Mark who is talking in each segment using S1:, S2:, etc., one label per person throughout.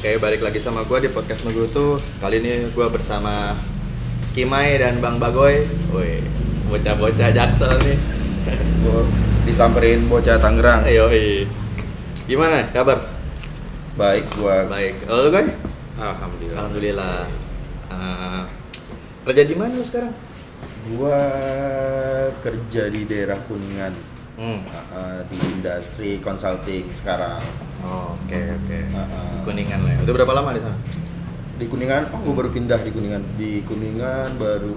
S1: Oke, balik lagi sama gue di podcast Menggerutu. Kali ini gue bersama Kimai dan Bang Bagoy. Woi, bocah-bocah Jaksel nih.
S2: Gue disamperin bocah Tangerang.
S1: Ayo, gimana kabar?
S2: Baik, gua.
S1: Baik. Lo Goy?
S3: Alhamdulillah.
S1: Alhamdulillah. Kerja di mana lo sekarang?
S2: Gua kerja di daerah Kuningan.
S1: Hmm.
S2: Di industri consulting sekarang.
S1: Oh, oke. Kuningan lah. Ya. Udah berapa lama di sana?
S2: Di Kuningan, gua baru pindah di Kuningan. Di Kuningan baru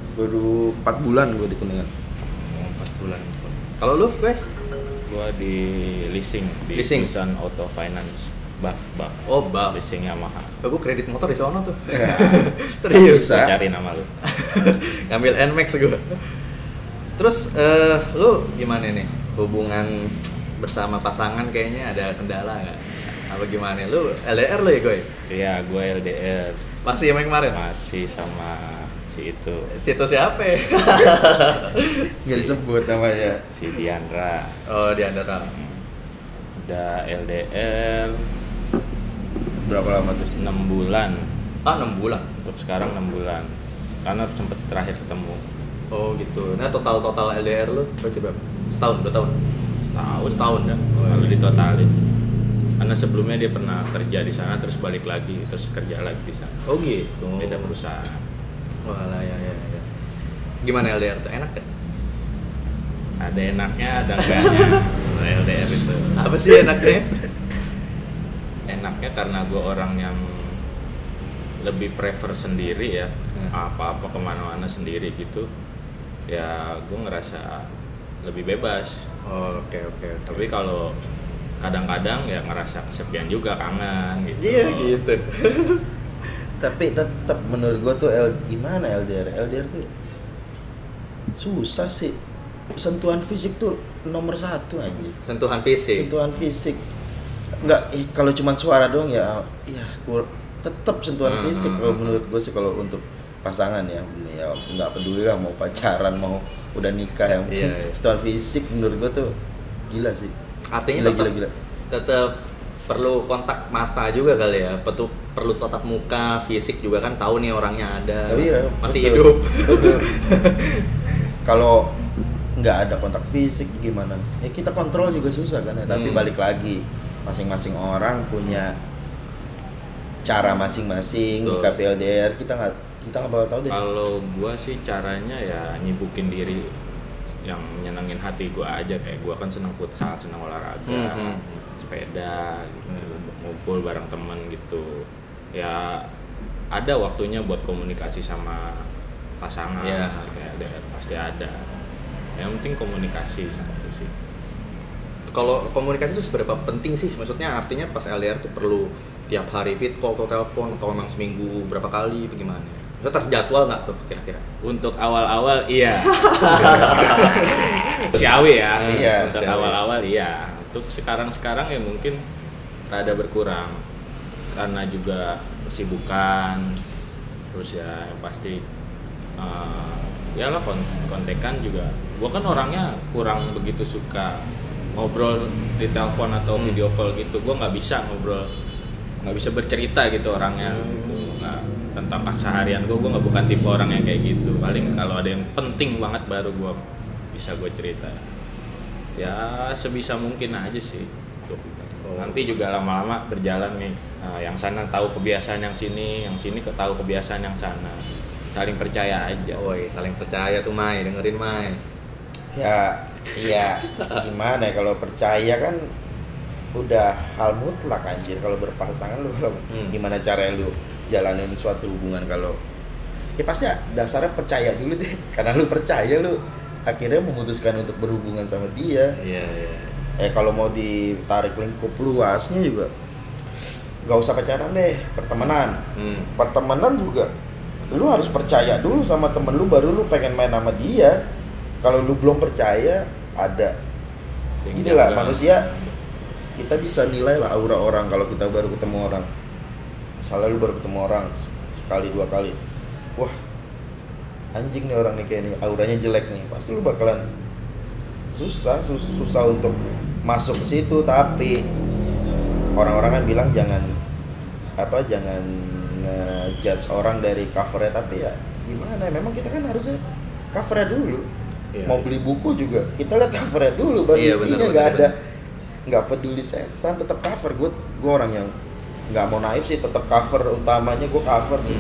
S2: 4 bulan gua di Kuningan.
S1: 4 bulan. Kalau lu, Goy?
S3: Gua di leasing di
S1: Leasing?
S3: perusahaan auto finance. BAF.
S1: Oh, BAF.
S3: Leasing Yamaha.
S1: Gue kredit motor di sono tuh.
S2: Ya.
S1: Serius.
S2: Bisa.
S3: Cari nama lu.
S1: Ngambil NMAX gue. Terus lu gimana nih hubungan bersama pasangan, kayaknya ada kendala nggak? Apa gimana? Lu LDR lu ya Goy?
S3: Iya, gue LDR.
S1: Masih yang kemarin?
S3: Masih sama si itu.
S1: Situ siapa?
S2: Nggak disebut namanya.
S3: Si Diandra.
S1: Oh, di Andara.
S3: Udah LDR
S2: Berapa lama tuh?
S3: 6 bulan.
S1: 6 bulan.
S3: Untuk sekarang 6 bulan. Karena sempet terakhir ketemu
S1: Oh gitu. Nah total LDR lu berarti berapa? Setahun, 2 tahun? Setahun ya?
S3: Lalu ditotalin. Karena sebelumnya dia pernah kerja di sana, terus balik lagi, terus kerja lagi di sana.
S1: Oh gitu.
S3: Beda perusahaan.
S1: Walah ya. Gimana LDR tuh? Enak gak?
S3: Ada enaknya, ada enggaknya. LDR itu.
S1: Apa sih enaknya?
S3: Enaknya karena gue orang yang lebih prefer sendiri ya, apa-apa kemana-mana sendiri gitu. Ya gue ngerasa lebih bebas.
S1: Oh, oke.
S3: Tapi kalau kadang-kadang ya ngerasa kesepian juga, kangen gitu.
S1: Iya gitu.
S2: Tapi tetap menurut gua tuh gimana LDR? LDR tuh susah sih. Sentuhan fisik tuh nomor 1 aja.
S1: Sentuhan fisik.
S2: Sentuhan fisik. Enggak, kalau cuma suara doang ya tetap sentuhan fisik kalau menurut gue sih. Kalau untuk pasangan ya nggak peduli lah mau pacaran mau udah nikah, yang penting sentuhan fisik menurut gue tuh gila sih.
S1: Artinya
S2: gila.
S1: Tetap perlu kontak mata juga kali ya, perlu tatap muka, fisik juga kan, tahu nih orangnya ada.
S2: Oh iya,
S1: masih
S2: betul,
S1: hidup.
S2: betul. Kalau nggak ada kontak fisik gimana? Ya kita kontrol juga susah kan ya. Tapi balik lagi, masing-masing orang punya cara masing-masing di LDR. Kita nggak bakal tahu deh.
S3: Kalau gue sih caranya ya nyibukin diri yang nyenengin hati gue aja. Kayak gue kan seneng futsal, seneng olahraga, sepeda gitu, ngumpul bareng temen gitu. Ya ada waktunya buat komunikasi sama pasangan. Kayak LDR pasti ada. Yang penting komunikasi satu sih.
S1: Kalau komunikasi itu seberapa penting sih? Maksudnya artinya pas LDR tuh perlu tiap hari fit call atau telepon, atau memang seminggu berapa kali, bagaimana? Maksudnya terjadwal nggak tuh kira-kira?
S3: Untuk awal-awal iya. Siawi ya.
S2: Iya,
S3: untuk
S1: siawi.
S3: awal-awal iya. Untuk sekarang ya mungkin rada berkurang karena juga kesibukan. Terus ya yang pasti ya lah kontekan juga. Gua kan orangnya kurang begitu suka ngobrol di telepon atau video call gitu. Gua nggak bisa ngobrol, nggak bisa bercerita gitu orangnya gitu. Nggak, tentang keseharian gue nggak, bukan tipe orang yang kayak gitu. Paling kalau ada yang penting banget baru gue bisa cerita. Ya sebisa mungkin aja sih. Nanti juga lama-lama berjalan nih. Yang sana tahu kebiasaan yang sini tahu kebiasaan yang sana. Saling percaya aja.
S1: Woi, saling percaya tuh Mai, dengerin Mai.
S2: Ya iya, gimana ya, kalau percaya kan udah hal mutlak anjir. Kalau berpasangan lu gimana cara lu jalanin suatu hubungan? Kalau ya pasti dasarnya percaya dulu deh. Karena lu percaya, lu akhirnya memutuskan untuk berhubungan sama dia.
S1: Iya.
S2: Kalau mau ditarik lingkup luasnya juga gak usah pacaran deh, pertemanan. Pertemanan juga lu harus percaya dulu sama temen lu, baru lu pengen main sama dia. Kalau lu belum percaya, ada gini lah manusia, kita bisa nilai lah aura orang. Kalau kita baru ketemu orang, misalnya lu baru ketemu orang sekali 2 kali, wah anjing nih orang nih, kayak nih auranya jelek nih, pasti lu bakalan susah untuk masuk ke situ. Tapi orang-orang kan bilang jangan jangan judge orang dari covernya, tapi ya gimana, memang kita kan harusnya covernya dulu. Mau beli buku juga kita lihat covernya dulu, baru isinya. Nggak peduli setan, tetap cover. Gue orang yang nggak mau naif sih, tetap cover utamanya, gue cover sih.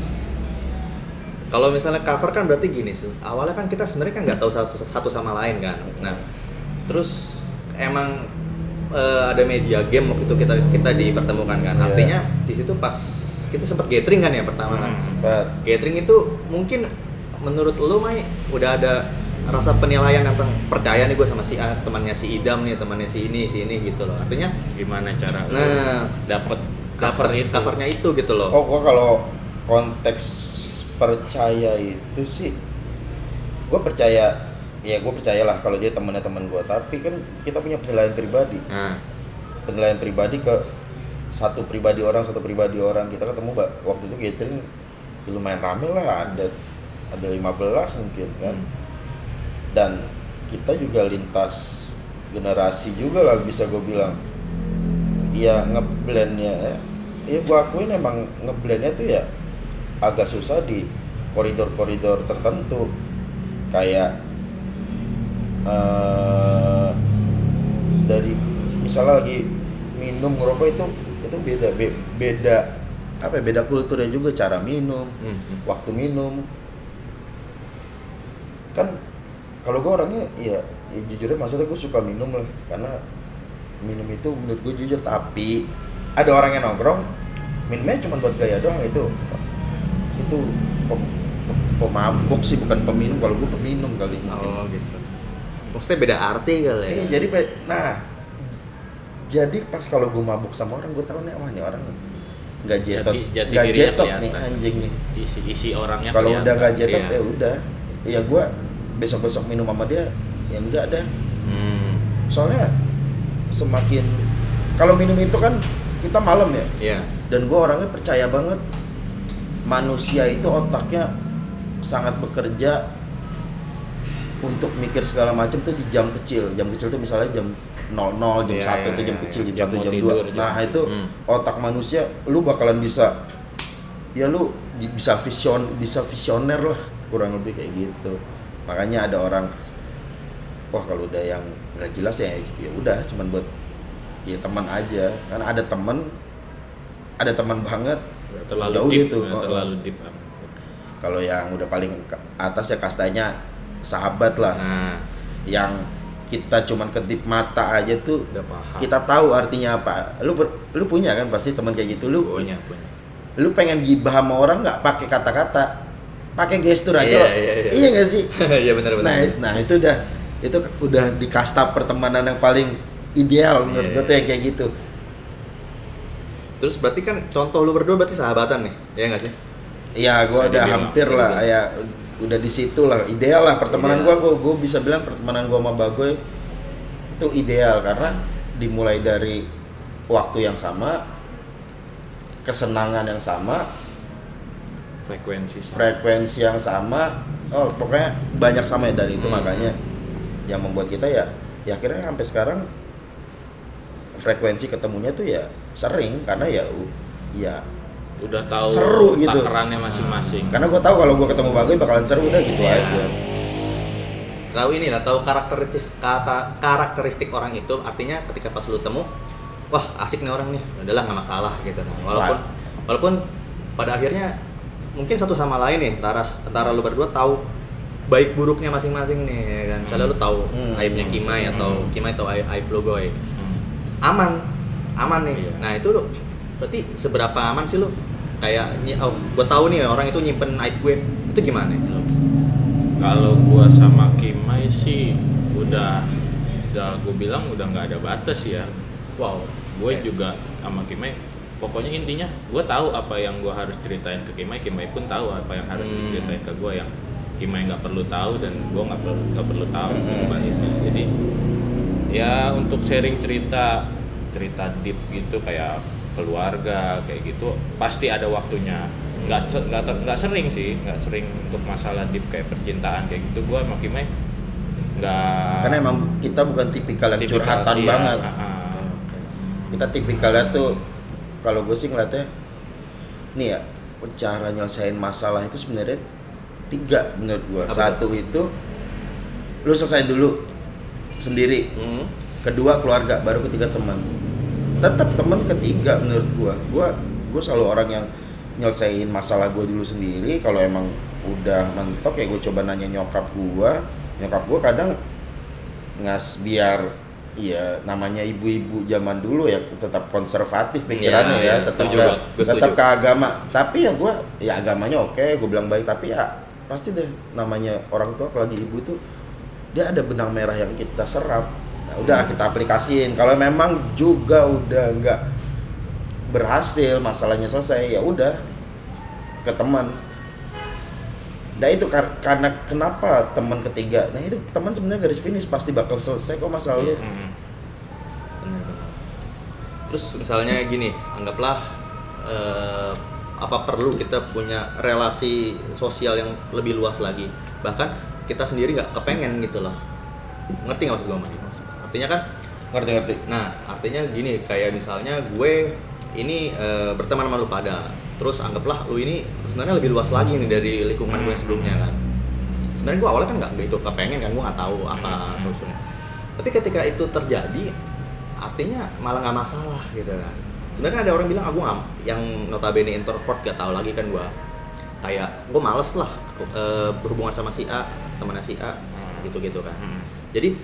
S1: Kalau misalnya cover kan berarti gini sih, awalnya kan kita sebenarnya kan nggak tahu satu sama lain kan. Nah, terus emang ada media game waktu itu kita dipertemukan kan. Artinya di situ pas kita sempat gathering kan ya pertama kan.
S2: Sempat.
S1: Gathering itu mungkin menurut lu Mai udah ada rasa penilaian tentang percaya nih gue sama si A, temannya si Idam nih, temannya si ini gitu loh. Artinya
S3: gimana cara dapat
S1: covernya itu gitu loh.
S2: Oh, gua kalau konteks percaya itu sih, gue percayalah kalau dia temannya teman gue, tapi kan kita punya penilaian pribadi. Penilaian pribadi ke satu pribadi orang. Kita ketemu waktu itu gathering lumayan rame lah, ada 15 mungkin kan. Dan kita juga lintas generasi juga lah, bisa gue bilang. Ya ngeblendnya, ya gue akuin emang ngeblendnya tuh ya agak susah di koridor-koridor tertentu. Kayak dari misalnya lagi minum ngerokok itu beda kulturnya juga, cara minum, waktu minum. Kan kalau gue orangnya ya jujurnya, maksudnya gue suka minum lah, karena minum itu menurut gue jujur. Tapi ada orang yang nongkrong minumnya cuma buat gaya doang, itu pemabuk sih, bukan peminum. Kalau gue peminum kali.
S1: Oh gitu. Maksudnya beda arti kali ya.
S2: Jadi pas kalau gue mabuk sama orang, gue tahu nih, wah ini orang nggak jetot nih, anjing nih.
S3: Isi orangnya.
S2: Kalau udah nggak jetot ya udah. Ya gue besok minum sama dia, ya enggak dah. Soalnya semakin kalau minum itu kan kita malam ya.
S1: Iya.
S2: Dan gue orangnya percaya banget manusia itu otaknya sangat bekerja untuk mikir segala macam tuh di jam kecil. Jam kecil tuh misalnya jam 00, jam 1 tuh jam kecil, jam 1, jam 2. Nah, itu otak manusia lu bakalan bisa visioner lah, kurang lebih kayak gitu. Makanya ada orang, wah kalau udah yang nggak jelas ya udah cuman buat ya teman aja. Kan ada teman banget,
S3: terlalu
S2: jauh
S3: deep,
S2: gitu.
S3: Terlalu deep.
S2: Kalau yang udah paling atas ya kastanya sahabat lah. Yang kita cuman kedip mata aja tuh
S3: udah paham. Kita
S2: tahu artinya apa. Lu punya kan pasti teman kayak gitu. Lu
S3: punya.
S2: Lu pengen gibah sama orang nggak pakai kata-kata, pakai gestur aja. Iya nggak sih?
S1: Iya benar.
S2: Nah itu udah di kasta pertemanan yang paling ideal menurut gue tuh yang kayak gitu.
S1: Terus berarti kan contoh lu berdua berarti sahabatan nih, ya nggak sih?
S2: Iya, gue udah hampir lah, ya udah di situ lah, ideal lah pertemanan gue bisa bilang pertemanan gue sama Bagoy itu ideal karena dimulai dari waktu yang sama, kesenangan yang sama, frekuensi yang sama, pokoknya banyak sama ya dari itu. Makanya yang membuat kita ya akhirnya sampai sekarang frekuensi ketemunya tuh ya sering karena ya
S3: udah tahu
S2: seru gitu,
S3: takarannya masing-masing.
S2: Karena gue tahu kalau gue ketemu Bagoy bakalan seru, udah gitu aja.
S1: Tahu karakteristik orang itu, artinya ketika pas lu temu, wah asik nih orang nih, udahlah nggak masalah gitu. Walaupun pada akhirnya mungkin satu sama lain nih, antara lu berdua tahu baik buruknya masing-masing nih, ya kan. Misalnya lu tahu aibnya Kimai atau Kimai tahu aib lu Goy. Aman nih. Iya. Nah, itu lu berarti seberapa aman sih lu? Kayak gue tahu nih orang itu nyimpen aib gue. Itu gimana?
S3: Kalau gue sama Kimai sih udah gue bilang udah nggak ada batas ya. Wow, gue juga sama Kimai. Pokoknya intinya gue tahu apa yang gue harus ceritain ke Kimai pun tahu apa yang harus diceritain ke gue, yang Kimai nggak perlu tahu dan gue nggak perlu tahu. Jadi ya untuk sharing cerita deep gitu kayak keluarga kayak gitu pasti ada waktunya. Nggak sering untuk masalah deep kayak percintaan kayak gitu. Gue sama Kimai nggak.
S2: Karena emang kita bukan tipikal yang curhatan banget. Kita tipikalnya tuh kalau gue sih ngeliatnya nih ya, cara nyelesain masalah itu sebenarnya 3 menurut gua. Satu itu lu selesain dulu sendiri. Kedua keluarga, baru ketiga teman. Tetap teman ketiga menurut gua selalu orang yang nyelesain masalah gua dulu sendiri. Kalau emang udah mentok ya gua coba nanya nyokap gua kadang biar ya namanya ibu-ibu zaman dulu ya tetap konservatif pikirannya ya, tetap ke agama. Tapi ya gua ya agamanya oke, gua bilang baik, tapi ya pasti deh namanya orang tua apalagi ibu tuh dia ada benang merah yang kita serap. Nah, udah kita aplikasiin. Kalau memang juga udah nggak berhasil, masalahnya selesai, ya udah ke teman. Nah itu karena kenapa teman ketiga? Nah itu teman sebenarnya garis finish pasti bakal selesai kok masalah lu.
S1: Terus misalnya gini, anggaplah apa perlu kita punya relasi sosial yang lebih luas lagi? Bahkan kita sendiri nggak kepengen gitu loh. Ngerti nggak maksud gue? Artinya kan?
S2: Ngerti.
S1: Nah artinya gini, kayak misalnya gue ini berteman sama lu pada. Terus anggaplah lu ini sebenarnya lebih luas lagi nih dari lingkungan gue sebelumnya kan. Sebenarnya gue awalnya kan nggak begitu kepengen kan, gue nggak tahu apa solusinya. Tapi ketika itu terjadi, artinya malah nggak masalah gitu kan. Sebenarnya kan ada orang bilang aku yang notabene introvert, gak tahu lagi kan gue. Kayak gue males lah berhubungan sama si A, temannya si A, gitu-gitu kan. Jadi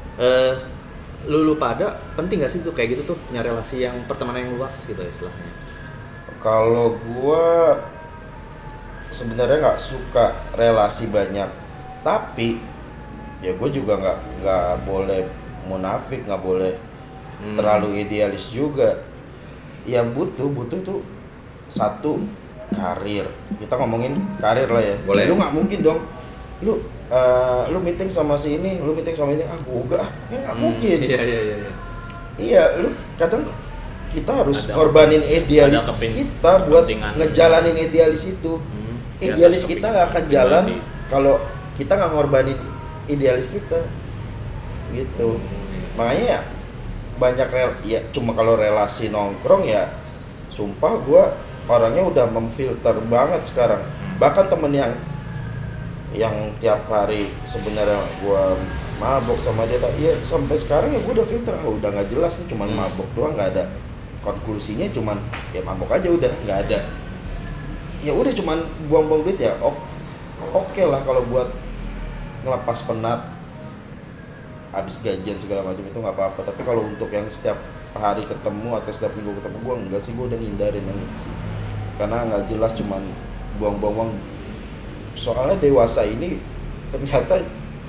S1: lu pada penting nggak sih tuh kayak gitu tuh punya relasi yang pertemanan yang luas gitu istilahnya?
S2: Kalau gua sebenarnya nggak suka relasi banyak, tapi ya gue juga nggak boleh munafik, nggak boleh terlalu idealis juga. Ya butuh tuh satu karir. Kita ngomongin karir lah ya.
S1: Boleh.
S2: Lu nggak mungkin dong. Lu meeting sama si ini, lu meeting sama ini, gua enggak. Kan nggak mungkin. Iya, lu kadang kita harus ngorbanin idealis kita buat ngejalanin idealis itu. Idealis kita nggak akan jalan kalau kita nggak ngorbanin idealis kita, gitu. Makanya ya banyak ya cuma kalau relasi nongkrong ya, sumpah gue orangnya udah memfilter banget sekarang. Bahkan temen yang tiap hari sebenarnya gue mabok sama dia, ya sampai sekarang ya gue udah filter, udah nggak jelas nih, cuman mabok doang, nggak ada konklusinya, cuman ya mabok aja udah, nggak ada, ya udah cuman buang-buang duit ya. Oke lah kalau buat ngelepas penat habis gajian segala macam itu nggak apa-apa, tapi kalau untuk yang setiap hari ketemu atau setiap minggu ketemu gue enggak sih, gue udah ngindarin yang itu sih, karena nggak jelas, cuman buang-buang. Soalnya dewasa ini ternyata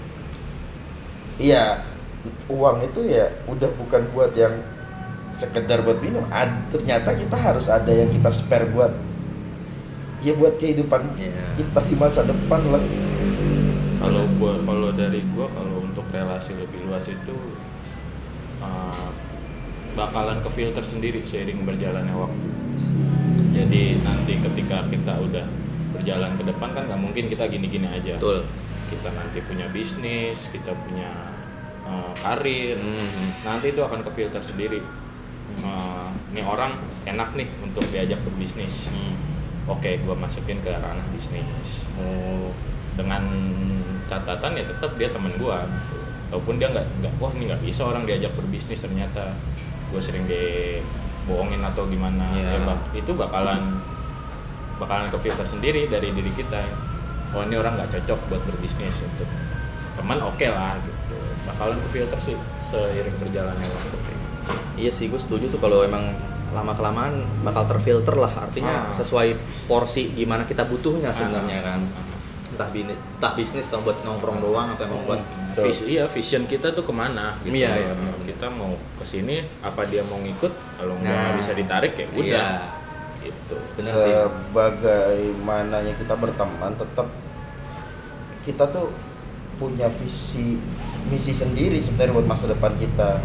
S2: iya uang itu ya udah bukan buat yang sekedar buat minum, ternyata kita harus ada yang kita spare buat buat kehidupan kita di masa depan lah.
S3: Kalau dari gua, kalau untuk relasi lebih luas itu bakalan ke filter sendiri seiring berjalannya waktu. Jadi nanti ketika kita udah berjalan ke depan kan nggak mungkin kita gini-gini aja.
S1: Betul.
S3: Kita nanti punya bisnis, kita punya karir, nanti itu akan ke filter sendiri. Ini orang enak nih untuk diajak berbisnis. Oke, gue masukin ke ranah bisnis. Dengan catatan ya tetap dia teman gue. Ataupun dia nggak, wah ini nggak bisa orang diajak berbisnis, ternyata gue sering dibohongin atau gimana. Itu bakalan ke filter sendiri dari diri kita. Oh ini orang nggak cocok buat berbisnis untuk teman, oke lah gitu. Bakalan ke filter sih seiring berjalannya waktu.
S1: Iya sih, gue setuju tuh kalau emang lama-kelamaan bakal terfilter lah, artinya sesuai porsi gimana kita butuhnya sebenarnya kan. Entah bisnis atau buat nongkrong doang atau emang buat
S3: vision kita tuh kemana gitu.
S1: Iya,
S3: kita mau kesini, apa dia mau ngikut, kalau nggak bisa ditarik ya udah. Gitu.
S2: Sebagaimananya kita berteman, tetap kita tuh punya misi sendiri sebenarnya buat masa depan kita.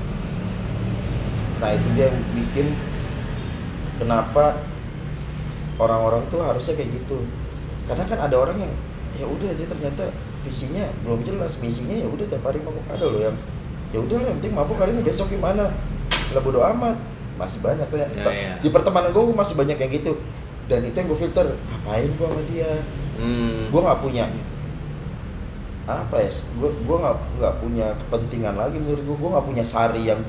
S2: Nah itu dia yang bikin kenapa orang-orang tuh harusnya kayak gitu. Karena kan ada orang yang ya udah dia ternyata visinya belum jelas, misinya ya udah tiap hari mabuk. Ada loh yang ya udah lah yang penting mabuk hari ini, besok gimana lah bodo amat. Masih banyak tuh di pertemanan gue masih banyak yang gitu. Dan itu yang gue filter, ngapain gue sama dia? Gue nggak punya apa ya? Gue nggak punya kepentingan lagi menurut gue nggak punya sari yang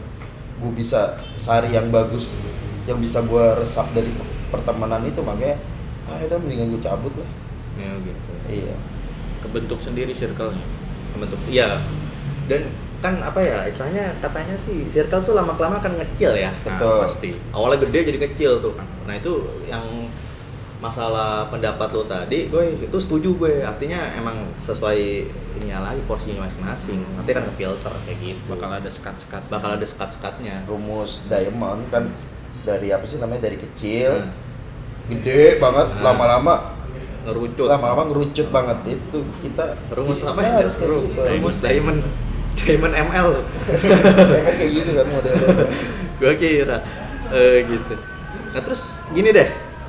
S2: bagus yang bisa gue resap dari pertemanan itu, makanya udah mendingan gue cabut lah.
S3: Ya gitu.
S2: Iya.
S3: Kebentuk sendiri circle-nya.
S1: Iya. Dan kan apa ya istilahnya, katanya sih circle tuh lama-kelamaan akan ngecil ya.
S2: Betul.
S3: Pasti.
S1: Awalnya gede jadi kecil tuh. Nah itu yang masalah pendapat lo tadi, gue itu setuju gue. Artinya emang sesuai ininya lagi, porsinya masing-masing. Nanti kan ngefilter kayak gitu.
S3: Bakal ada sekat-sekat.
S1: Bakal ada sekat-sekatnya.
S2: Rumus diamond kan dari apa sih namanya, dari kecil gede banget, lama-lama ngerucut banget. Itu kita
S1: rumus apa
S2: sebenarnya
S1: ya?
S2: harus kayak gitu.
S1: Rumus diamond ML.
S2: Ya kan kayak gitu kan modelnya.
S1: Gue kira gitu. Nah terus gini deh,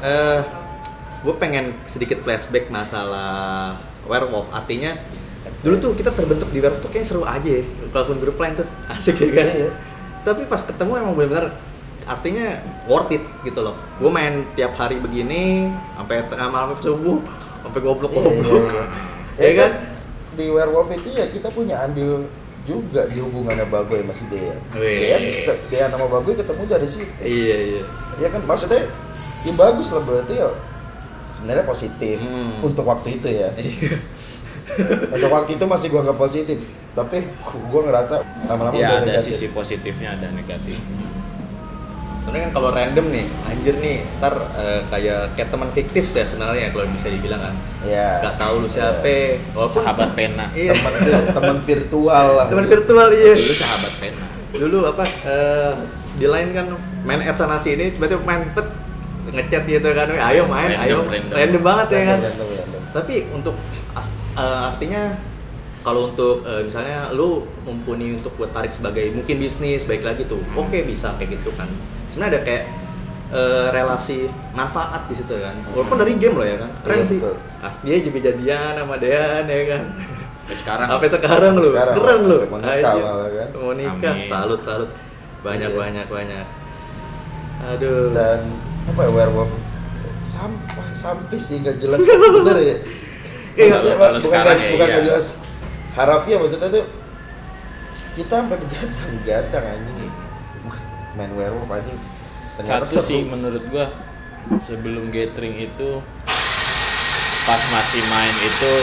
S1: gue pengen sedikit flashback masalah werewolf. Artinya dulu tuh kita terbentuk di werewolf tuh kayaknya seru aja ya, walaupun grup lain tuh asik ya kan.
S2: Iya.
S1: Tapi pas ketemu emang benar-benar artinya worth it gitu loh. Gue main tiap hari begini sampai tengah malam subuh, sampai goblok-goblok.
S2: Ya
S1: kan?
S2: Di werewolf itu ya kita punya andil juga di hubungannya Bagoy sama si Dean. Dean sama Bagoy ketemu dari situ.
S1: Iya.
S2: Ya kan, maksudnya ya bagus lah, berarti ya sebenarnya positif untuk waktu itu ya. Untuk waktu itu masih gua nggak positif, tapi gua ngerasa lama-lama
S3: ya
S2: udah
S3: ada
S2: negatif.
S3: sisi positifnya, ada negatifnya.
S1: Sebenarnya kan kalau random nih, anjir nih, ntar kayak teman fiktif ya sebenarnya kalau bisa dibilang kan.
S2: Iya.
S1: Gak tahu lu siapa, walaupun
S3: Sahabat pena.
S1: iya.
S2: Teman virtual lah.
S1: Teman virtual iya.
S3: Dulu sahabat pena.
S1: Dulu apa di line kan main add sana sini, tiba-tiba main ngechat gitu kan, ayo main, random banget ya kan.
S2: Random.
S1: Tapi untuk artinya kalau untuk misalnya lu mumpuni untuk buat tarik sebagai mungkin bisnis baik lagi tuh, oke, bisa kayak gitu kan. Sebenarnya ada kayak relasi manfaat di situ kan, walaupun dari game loh ya kan, keren
S2: Iya,
S1: sih.
S2: betul.
S1: Dia juga jadian sama Dean ya kan.
S3: Sampai
S1: sekarang lu, keren lu.
S2: Mau nikah malah kan.
S1: Mau nikah,
S3: Amin.
S1: salut. Banyak. Aduh.
S2: Dan apa ya, werewolf sampah sih, nggak jelas bener ya. Maksudnya,
S3: Kalau
S2: bukan
S3: sekarang ya,
S2: nggak
S3: iya.
S2: jelas harafiah, maksudnya tuh kita sampai begadang anjing. Wah, main werewolf anjing. Ternyata
S3: Satu sih
S2: seru.
S3: menurut gua, sebelum gathering itu pas masih main itu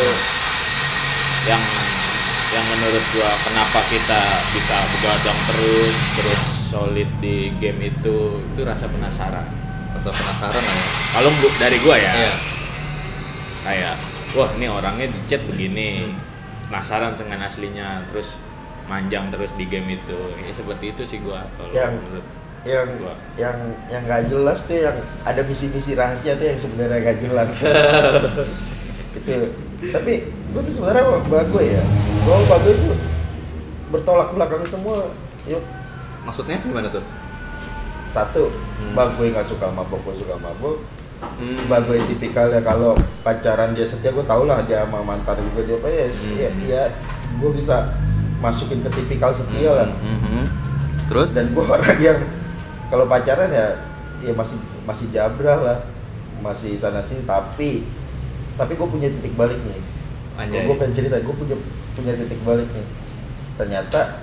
S3: yang menurut gua kenapa kita bisa begadang terus solid di game itu rasa penasaran.
S1: Rasa penasaran lah ya.
S3: Kalau dari gua ya,
S1: Iya.
S3: kayak wah ini orangnya di chat begini, penasaran dengan aslinya, terus manjang terus di game itu. Ya, seperti itu sih gua kalau menurut gua.
S2: yang nggak jelas tuh, yang ada misi-misi rahasia tuh yang sebenarnya nggak jelas. Itu tapi gue tuh sebenarnya Bagoy ya, kalau Bagoy itu bertolak belakang semua. Yuk,
S1: Maksudnya gimana tuh?
S2: satu, Bagoy nggak suka mabok, gue suka mabok. Bagoy tipikalnya kalau pacaran dia setia, gue tau lah dia sama mantan juga dia apa ya, gue bisa masukin ke tipikal setia lah.
S1: Terus?
S2: Dan gue orang yang kalau pacaran ya masih jabrah lah, masih sana sini, tapi gue punya titik balik nih. Gue pengen cerita, gue punya titik balik nih. Ternyata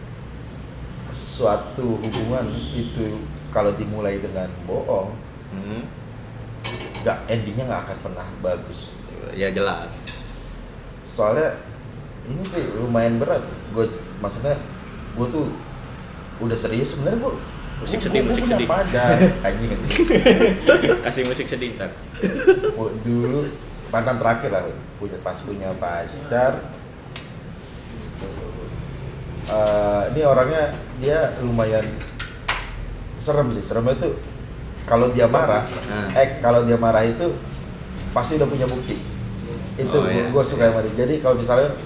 S2: suatu hubungan itu kalau dimulai dengan bohong, endingnya nggak akan pernah bagus.
S1: Ya jelas.
S2: Soalnya ini sih lumayan berat. Maksudnya gue tuh udah serius sebenarnya.
S3: Musik sedih.
S2: Anjing.
S3: Kasih musik sedih ntar.
S2: Dulu mantan terakhir lah, punya pacar. Ini orangnya dia lumayan serem sih. Seremnya tuh kalau dia marah, kalau dia marah itu pasti udah punya bukti. Itu gue suka sama dia. Jadi kalau misalnya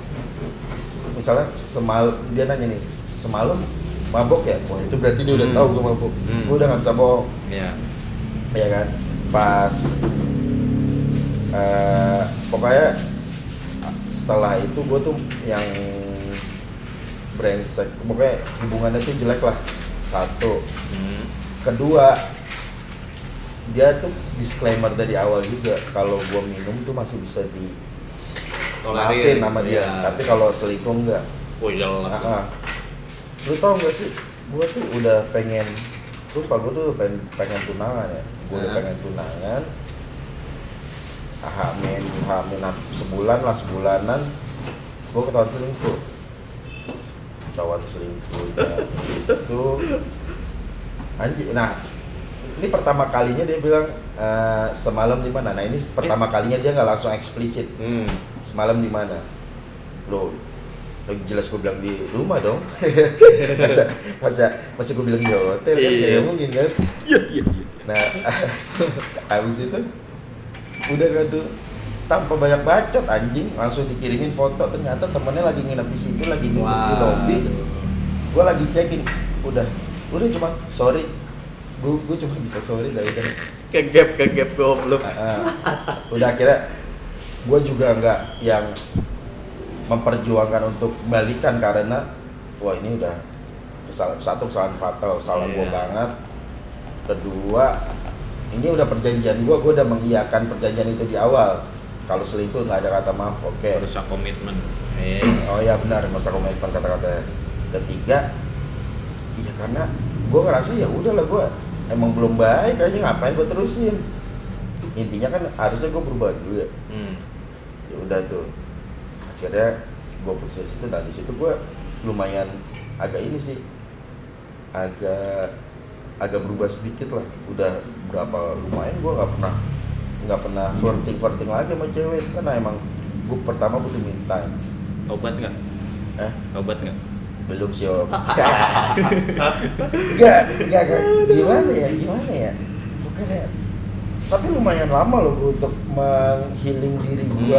S2: semalam dia nanya nih, semalam mabok ya? Wah itu berarti dia udah tahu gue mabok. Gue udah nggak bisa bohong.
S1: Iya.
S2: Ya kan? Pas pokoknya setelah itu gue tuh yang brengsek. Pokoknya hubungannya tuh jelek lah. Satu. Kedua, dia tuh disclaimer dari awal juga kalau gua minum tuh masih bisa di maafin sama dia, tapi kalau selingkuh enggak.
S1: Oh jelas.
S2: Lu tau gak sih, gua tuh udah pengen, sumpah gua tuh pengen tunangan ya, gua udah pengen tunangan, hamin sebulanan, gua ketahuan selingkuh. Itu anjing. Nah, ini pertama kalinya dia bilang semalam di mana. Nah, ini pertama kalinya dia nggak langsung eksplisit. Semalam di mana? Loh, jelas gue bilang di rumah dong. masa gue bilang di hotel kan nggak mungkin kan? Iya. Nah, habis itu udah kan tuh tanpa banyak bacot anjing langsung dikirimin foto, ternyata temennya lagi nginep di situ, lagi duduk di lobby. Gue lagi cekin, udah cuma sorry, gue cuma bisa sorry dah udah.
S1: Kegap goblok.
S2: Udah akhirnya gue juga nggak yang memperjuangkan untuk balikan karena wah ini udah kesalahan fatal, salah gue banget. Kedua, ini udah perjanjian gue udah mengiyakan perjanjian itu di awal. Kalau selingkuh nggak ada kata maaf, oke.
S3: Merusak komitmen.
S2: Oh iya benar, merusak komitmen kata-katanya. Ketiga, iya karena gue ngerasa ya udahlah gue emang belum baik aja, ngapain gue terusin. Intinya kan harusnya gue berubah dulu ya. Ya udah tuh. Akhirnya gue putus di situ. Nah di situ gue lumayan agak ini sih, agak berubah sedikit lah. Udah berapa lumayan gue nggak pernah flirting lagi sama cewek karena emang gue pertama butuh me time.
S3: Tobat nggak? Tobat nggak?
S2: Belum sih om. Enggak. Gimana ya? Bukan ya. Tapi lumayan lama loh gue untuk menghealing diri gue.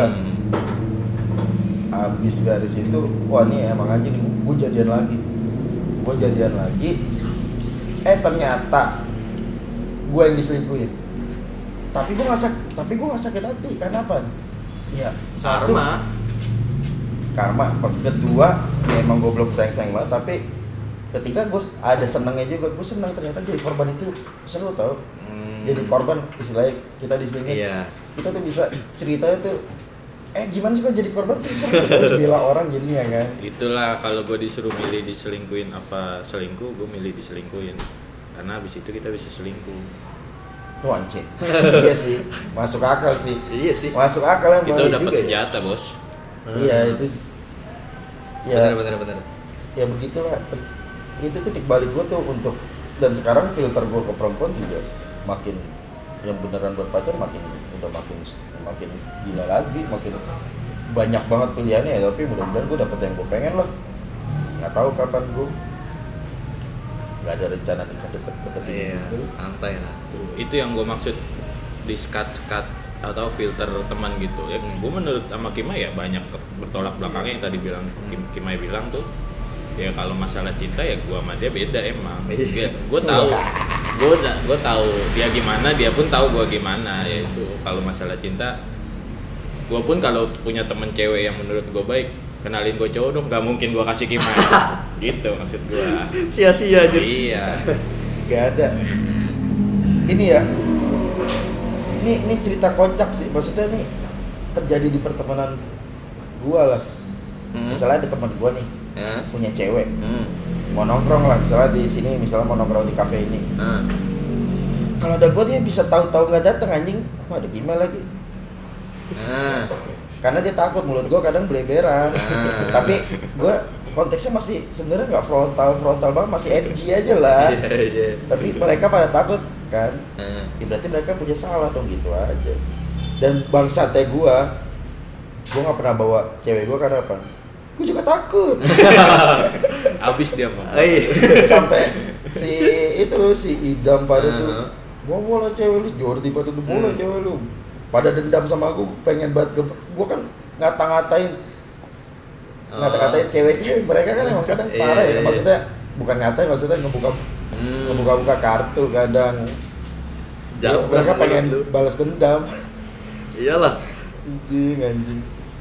S2: Abis dari situ, wah nih emang aja nih gue jadian lagi. Ternyata gue yang diselingkuhin. Tapi gue nggak sakit hati. Karena apa? Ya satu, karma. Kedua, ya emang gue belum sayang banget. Tapi ketika gue ada senangnya juga, gue senang ternyata jadi korban itu seru tau. Jadi korban istilahnya kita diselingkuhin. Kita tuh bisa ceritanya tuh. Gimana sih kok jadi korban tuh seru. Dibela orang jadinya kan.
S3: Itulah kalau gue disuruh milih diselingkuhin apa selingkuh, gue milih diselingkuhin. Karena abis itu kita bisa selingkuh.
S2: Tuh anjing. Iya sih, masuk akal sih.
S1: Iya sih.
S2: Masuk akal yang
S3: kita dapat senjata, Bos.
S2: Iya itu. Ya,
S1: benar.
S2: Ya begitulah. Itu titik balik gue tuh untuk, dan sekarang filter gue ke perempuan juga makin yang beneran buat pacar makin gila lagi, makin banyak banget pilihannya ya. Tapi mudah-mudahan gue dapet yang gue pengen lah. Nggak tahu kapan gue. Nggak ada rencana nikah deket ini gitu.
S1: Santai lah.
S3: Itu yang gue maksud di skat atau filter teman gitu. Ya gue menurut sama Kimai ya banyak bertolak belakangnya yang tadi bilang Kimai bilang tuh. Ya kalau masalah cinta ya gue sama dia beda emang. Gue tahu dia gimana, dia pun tahu gue gimana. Yaitu kalau masalah cinta, gue pun kalau punya temen cewek yang menurut gue baik, kenalin gue cowok dong, gak mungkin gue kasih Kimai. Gitu maksud gue.
S1: Sia-sia aja.
S3: Iya.
S2: Gak ada. Ini ya. Ini cerita kocak sih. Maksudnya nih terjadi di pertemanan gue lah. Misalnya ada teman gue nih, punya cewek. Mau nongkrong lah, misalnya di sini, misalnya mau nongkrong di kafe ini. Kalau ada gue dia bisa tahu-tahu nggak datang anjing. Wah ada gimana lagi? Karena dia takut, mulut gue kadang beleberan. Tapi gue konteksnya masih sebenarnya nggak frontal banget, masih edgy aja lah. Tapi mereka pada takut kan? Ya berarti mereka punya salah dong, gitu aja. Dan bangsatnya gue nggak pernah bawa cewek gue karena apa? Gue juga takut.
S3: Abis dia mah.
S2: Sampai si Idam pada tuh, mau bola cewek lu, Jordi pada tuh bola cewek lu. Pada dendam sama aku, pengen banget gue kan ngata-ngatain cewek-cewek, mereka kan emang kadang parah ya. Maksudnya bukan ngatain, maksudnya ngebuka kartu kadang. Mereka pengen balas dendam.
S1: Iyalah.
S2: Anjing.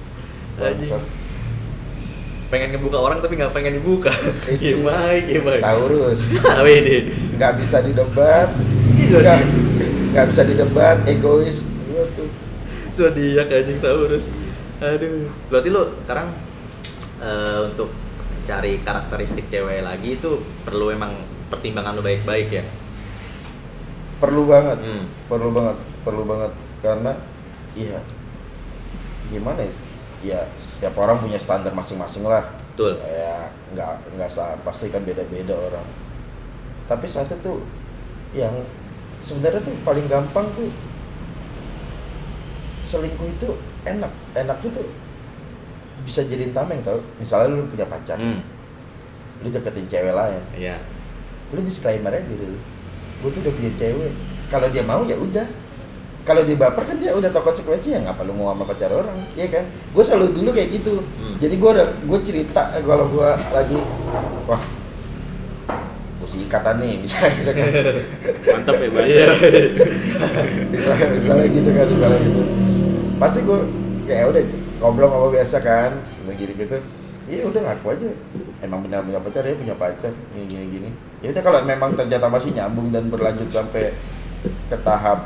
S1: Pengen ngebuka orang tapi nggak pengen dibuka. Gimana?
S2: Taurus.
S1: Wih,
S2: nggak bisa didebat, nggak bisa didebat, egois. Tuh.
S1: Zodiak anjing Taurus. Aduh. Berarti lu sekarang untuk cari karakteristik cewek lagi itu perlu emang pertimbangan lu baik-baik ya?
S2: Perlu banget. Perlu banget karena iya gimana ya? Ya setiap orang punya standar masing-masing lah.
S1: Betul.
S2: Ya nggak pasti kan beda-beda orang. Tapi satu tuh yang sebenarnya tuh paling gampang tuh selingkuh itu enak itu bisa jadiin tameng tau. Misalnya lu punya pacar, lu deketin cewek lain,
S1: iya.
S2: Lu disclaimer aja dulu, gue tuh udah punya cewek. Kalau dia mau ya udah. Kalau dia baper kan dia udah tahu konsekuensinya, ngapa lu mau sama pacar orang, iya kan? Gue selalu dulu kayak gitu. Jadi gue cerita kalau gue lagi, wah, mesti ikatan nih, misalnya kan.
S3: Mantap ya bahasa.
S2: misalnya gitu kan, misalnya gitu. Pasti gue ya udah ngobrol biasa kan, gitu. Iya udah ngaku aja. Emang benar punya pacar ya, punya pacar gini. Ya udah kalau memang ternyata masih nyambung dan berlanjut sampai ke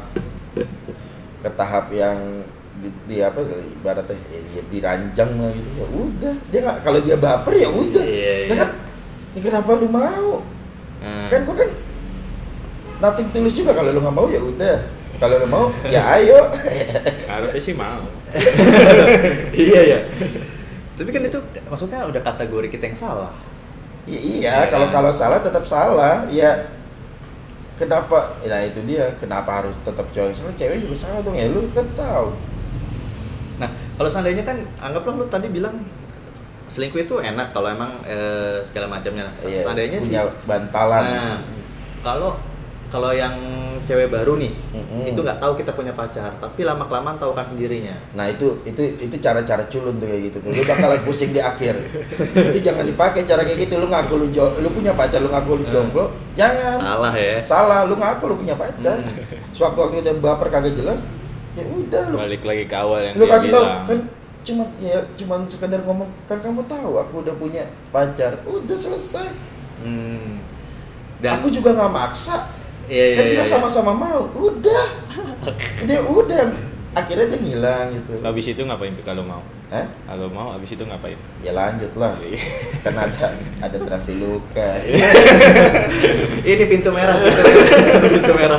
S2: tahap yang di apa ibaratnya ya, diranjang lah gitu ya udah dia nggak, kalau dia baper ya udah kan ya kenapa lu mau kan gua kan nothing tulus juga. Kalau lu nggak mau ya udah, kalau lu mau ya ayo.
S3: Harusnya sih mau.
S1: Iya ya. Tapi kan itu maksudnya udah kategori kita yang salah.
S2: Iya, kalau salah tetap salah ya. Kenapa? Nah itu dia, kenapa harus tetap cowok salah, cewek juga salah dong ya, lu kan tahu.
S1: Nah, kalau seandainya kan anggaplah lu tadi bilang selingkuh itu enak kalau emang segala macamnya.
S2: Iya,
S1: seandainya
S2: punya
S1: sih
S2: bantalan.
S1: Nah, kalau yang cewek baru nih, itu nggak tahu kita punya pacar, tapi lama-kelamaan tahu kan sendirinya.
S2: Nah itu cara-cara culun tuh kayak gitu tuh. Lu bakalan pusing di akhir. Itu jangan dipakai cara kayak gitu. Lu ngaku lu punya pacar, lu ngaku lu jomblo, jangan.
S1: Salah ya.
S2: Salah, lu ngaku lu punya pacar. Sewaktu dia baper kagak jelas, ya udah lu.
S3: Balik lagi ke awal yang
S2: Lu
S3: dia
S2: kasih tahu
S3: bilang.
S2: kan cuman sekedar ngomong kan kamu tahu aku udah punya pacar. Udah selesai.
S1: Dan
S2: aku juga nggak maksa.
S1: Iya,
S2: kan kita sama-sama mau, udah akhirnya dia ngilang gitu.
S3: Habis itu ngapain tuh kalau mau?
S2: Kalau
S3: mau habis itu ngapain?
S2: Ya lanjut lah. Kan ada Traveloka.
S1: Ini pintu merah. Pintu merah.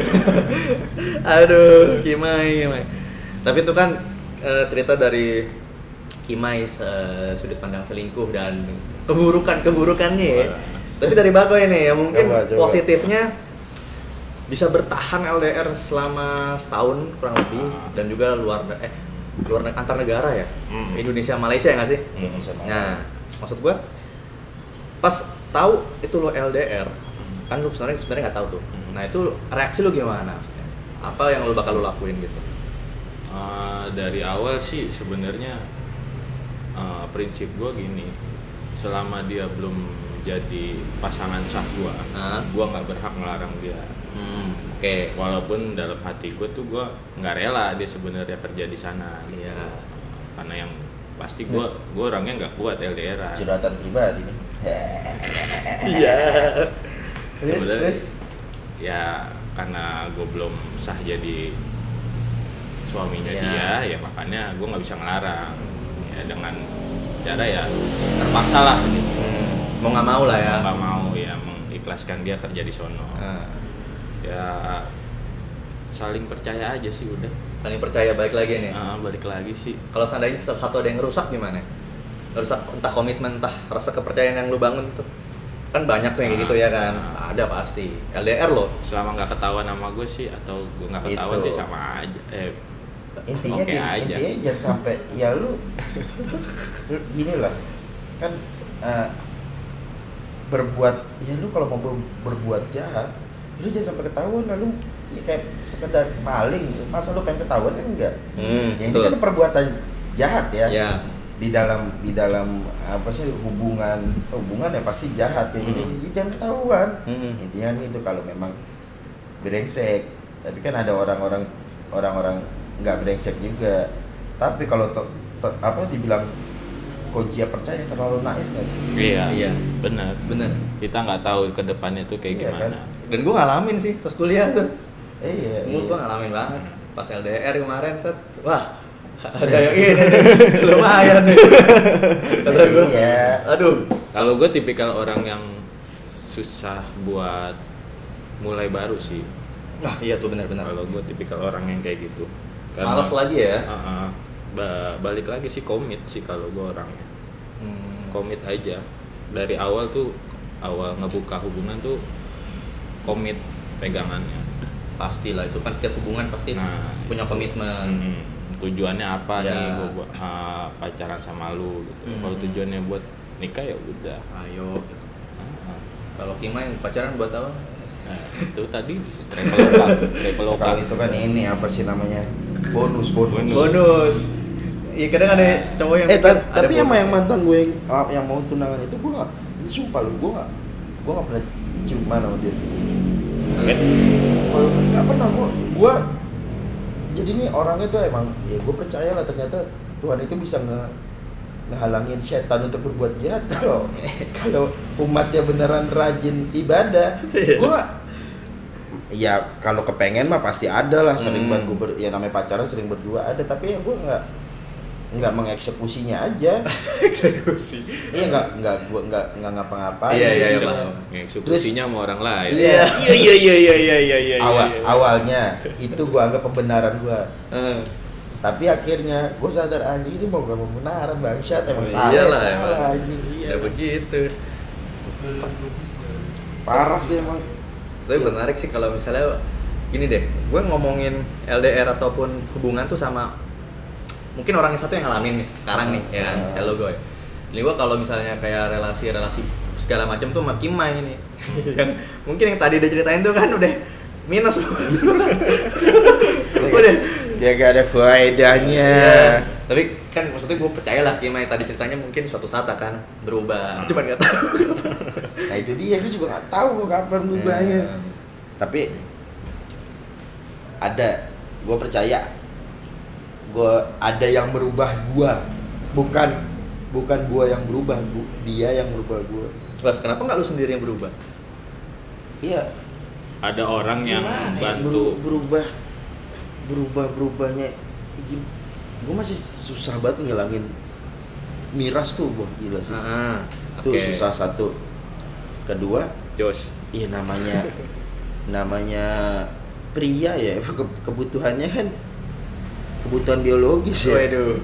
S1: Aduh, Kimai. Tapi itu kan cerita dari Kimai sudut pandang selingkuh dan keburukannya ya. Tapi dari Bago ini ya mungkin coba. Positifnya bisa bertahan LDR selama setahun kurang lebih dan juga luar antar negara ya. Indonesia Malaysia ya nggak sih? Nah, maksud gua pas tahu itu lo LDR kan lu sebenarnya nggak tahu tuh. Nah, itu reaksi lu gimana? Apa yang lu bakal lakuin gitu?
S3: Dari awal sih sebenarnya prinsip gua gini, selama dia belum jadi pasangan sah gua nggak berhak ngelarang dia.
S1: Oke.
S3: Walaupun dalam hati gue tuh gue nggak rela dia sebenarnya kerja di sana.
S1: Iya.
S3: Karena yang pasti gue orangnya nggak kuat LDR.
S2: Curhatan pribadi nih.
S1: Iya.
S3: Sebenarnya ya karena gue belum sah jadi suaminya dia, ya makanya gue nggak bisa ngelarang. Ya dengan cara ya terpaksa lah gitu.
S1: Mau nggak mau lah ya.
S3: Nggak mau ya mengikhlaskan dia kerja di sono. Ya saling percaya aja sih udah.
S1: Saling percaya balik lagi nih.
S3: Balik lagi sih.
S1: Kalau seandainya satu ada yang rusak gimana? Rusak entah komitmen, entah rasa kepercayaan yang lu bangun tuh. Kan banyak tuh yang kayak gitu ya kan. Ada pasti. LDR loh.
S3: Selama nggak ketahuan sama gue sih atau gue nggak ketahuan sih sama aja.
S2: Intinya jangan sampai ya lu gini lah. Kan berbuat ya lu kalau mau berbuat jahat lu jangan sampai ketahuan lalu ya kayak sekedar maling, masa lu pengen ketahuan kan enggak. Ya ini kan perbuatan jahat ya. Di dalam apa sih hubungan ya pasti jahat ya ini jangan ketahuan. Intinya nih itu kalau memang brengsek. Tapi kan ada orang-orang nggak brengsek juga. Tapi kalau dibilang kunci percaya terlalu naif nggak sih?
S3: Iya. Benar. Kita nggak tahu ke depannya tuh kayak gimana.
S1: Kan? Dan gue ngalamin sih pas kuliah tuh.
S2: Iya.
S1: Gue ngalamin banget pas LDR kemarin set. Wah, ada yang ini lumayan nih. Kata gue.
S2: Iya.
S1: Aduh.
S3: Kalau gue tipikal orang yang susah buat mulai baru sih.
S1: Nah, iya tuh benar-benar.
S3: Kalau gue tipikal orang yang kayak gitu.
S1: Males lagi ya.
S3: Balik lagi sih komit sih kalau gue orangnya. Komit aja. Dari awal ngebuka hubungan tuh komit pegangannya.
S1: Pastilah itu kan setiap hubungan pasti punya komitmen.
S3: Tujuannya apa
S1: ya.
S3: nih gue pacaran sama lu gitu. Kalau tujuannya buat nikah ya udah.
S1: Ayo. Kalau Kimai pacaran buat apa?
S3: Nah, itu tadi traveloka.
S2: Kalau itu kan ini apa sih namanya? Bonus.
S1: Iya kadang ada cowok yang
S2: tapi sama yang mantan gue yang mau tunangan itu gue nggak, sumpah lu gue nggak pernah ciuman sama dia. Nggak pernah gue jadi ini orangnya tuh emang ya gue percaya lah ternyata Tuhan itu bisa ngehalangin setan untuk berbuat jahat kalau umatnya beneran rajin ibadah. Gue ya kalau kepengen mah pasti ada lah, sering banget gue ya namanya pacaran sering berdua ada, tapi ya gue nggak mengeksekusinya aja.
S1: Eksekusi.
S2: Iya nggak ngapa-ngapain.
S1: Iya.
S3: Eksekusinya sama orang lain.
S2: Iya.
S1: Iya.
S2: Awalnya itu gue anggap pembenaran gue. Tapi akhirnya gue sadar anjing itu mau pembenaran bangsat, emang salah anjing.
S1: Iya begitu.
S2: Parah sih emang.
S1: Tapi menarik sih kalau misalnya gini deh, gue ngomongin LDR ataupun hubungan tuh sama mungkin orang yang satu yang ngalamin nih sekarang nih ya kan, kalau gue ini gue kalau misalnya kayak relasi segala macam tuh sama Kimai nih yang mungkin yang tadi dia ceritain tuh kan udah minus udah
S2: dia gak ada faedahnya.
S1: Tapi kan maksudnya gue percaya lah Kimai tadi ceritanya mungkin suatu saat akan berubah, cuman nggak tahu
S2: Nah itu dia, gue juga nggak tahu kapan berubahnya. Tapi ada, gue percaya gue ada yang merubah gue, bukan gue yang berubah, dia yang merubah gue.
S1: Lah kenapa nggak lu sendiri yang berubah?
S2: Iya.
S3: Ada orang yang
S2: gimana
S3: bantu
S2: berubahnya. Gue masih susah banget ngilangin miras tuh, gue gila sih. Itu susah satu. Kedua,
S3: Jos.
S2: iya namanya pria ya, kebutuhannya kan kebutuhan biologis ya.
S1: Waduh.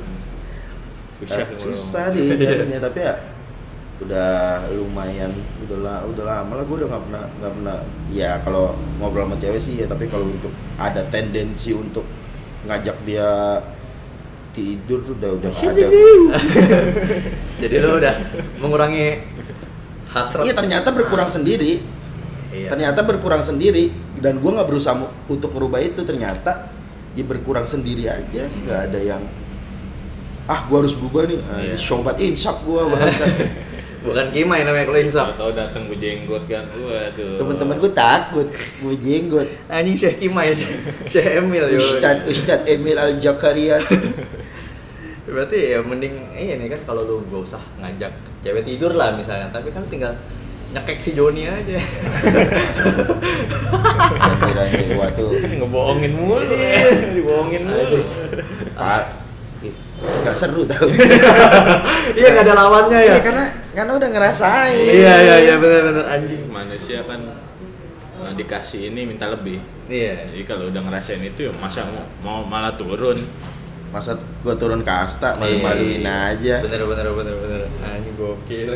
S2: Susah dihindarinya, tapi ya udah lumayan, udah lama lah gue udah nggak pernah ya kalau ngobrol sama cewek sih ya, tapi kalau untuk ada tendensi untuk ngajak dia tidur tuh udah ada.
S1: Jadi lo udah mengurangi hasrat.
S2: Iya ternyata berkurang sendiri.
S1: Iya.
S2: Ternyata berkurang sendiri dan gue nggak berusaha untuk merubah itu, ternyata ya berkurang sendiri aja, nggak ada yang gue harus berubah nih. Sobat insaf gue bahkan.
S1: Bukan Kimai namanya kalau insaf.
S3: Tahu datang gue jenggot kan. Waduh.
S2: Temen-temen gue takut gue jenggot.
S1: Anjing Syekh Kimai, Syekh Emil yo.
S2: Ustadz Emil Al-Jakaria.
S1: Berarti ya mending ini kan kalau lu gak usah ngajak cewek tidur lah misalnya, tapi kan tinggal nyekek si Joni aja.
S2: Kira-kira gua tuh
S3: ngebohongin mulu. Dibohongin mulu.
S2: Gak seru tau.
S1: Iya gak ada lawannya ya.
S2: Iya karena udah ngerasain.
S1: Iya benar anjing.
S3: Manusia kan dikasih ini minta lebih.
S1: Iya.
S3: Jadi kalau udah ngerasain itu ya masa mau malah turun.
S2: Masa gua turun kasta, malu-maluin aja.
S1: Bener. Anjing gokil.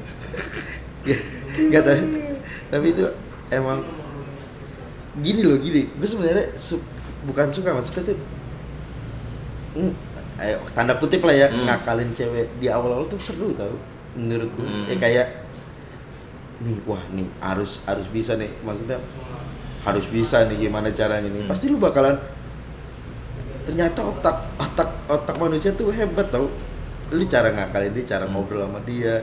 S2: Gak tau. Tapi itu emang gini. Gue sebenarnya bukan suka, maksudnya tuh tanda kutip lah ya, ngakalin cewek di awal-awal tuh seru tau menurut gue. Kayak nih harus bisa nih, maksudnya harus bisa nih gimana caranya nih. Pasti lu bakalan, ternyata otak manusia tuh hebat tau. Lu cara ngakalin dia, cara ngobrol sama dia,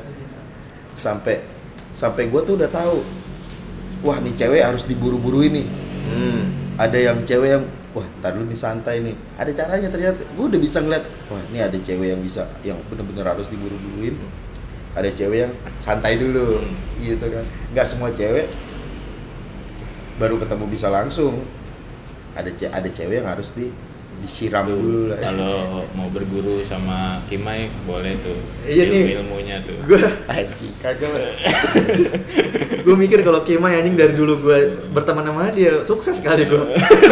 S2: sampai gue tuh udah tahu, wah nih cewek harus diburu-buruin nih. Ada yang cewek yang wah ntar dulu nih santai nih, ada caranya. Ternyata gue udah bisa ngeliat, wah ini ada cewek yang bisa, yang bener-bener harus diburu-buruin. Ada cewek yang santai dulu, gitu kan. Nggak semua cewek baru ketemu bisa langsung. ada cewek yang harus disiram dulu lah.
S3: Kalau mau berguru sama Kimai boleh tuh.
S1: Iya nih.
S3: Ilmunya tuh.
S1: Gue
S2: Anjing kagak.
S1: gue mikir kalau Kimai anjing dari dulu gue berteman sama dia sukses kali gue.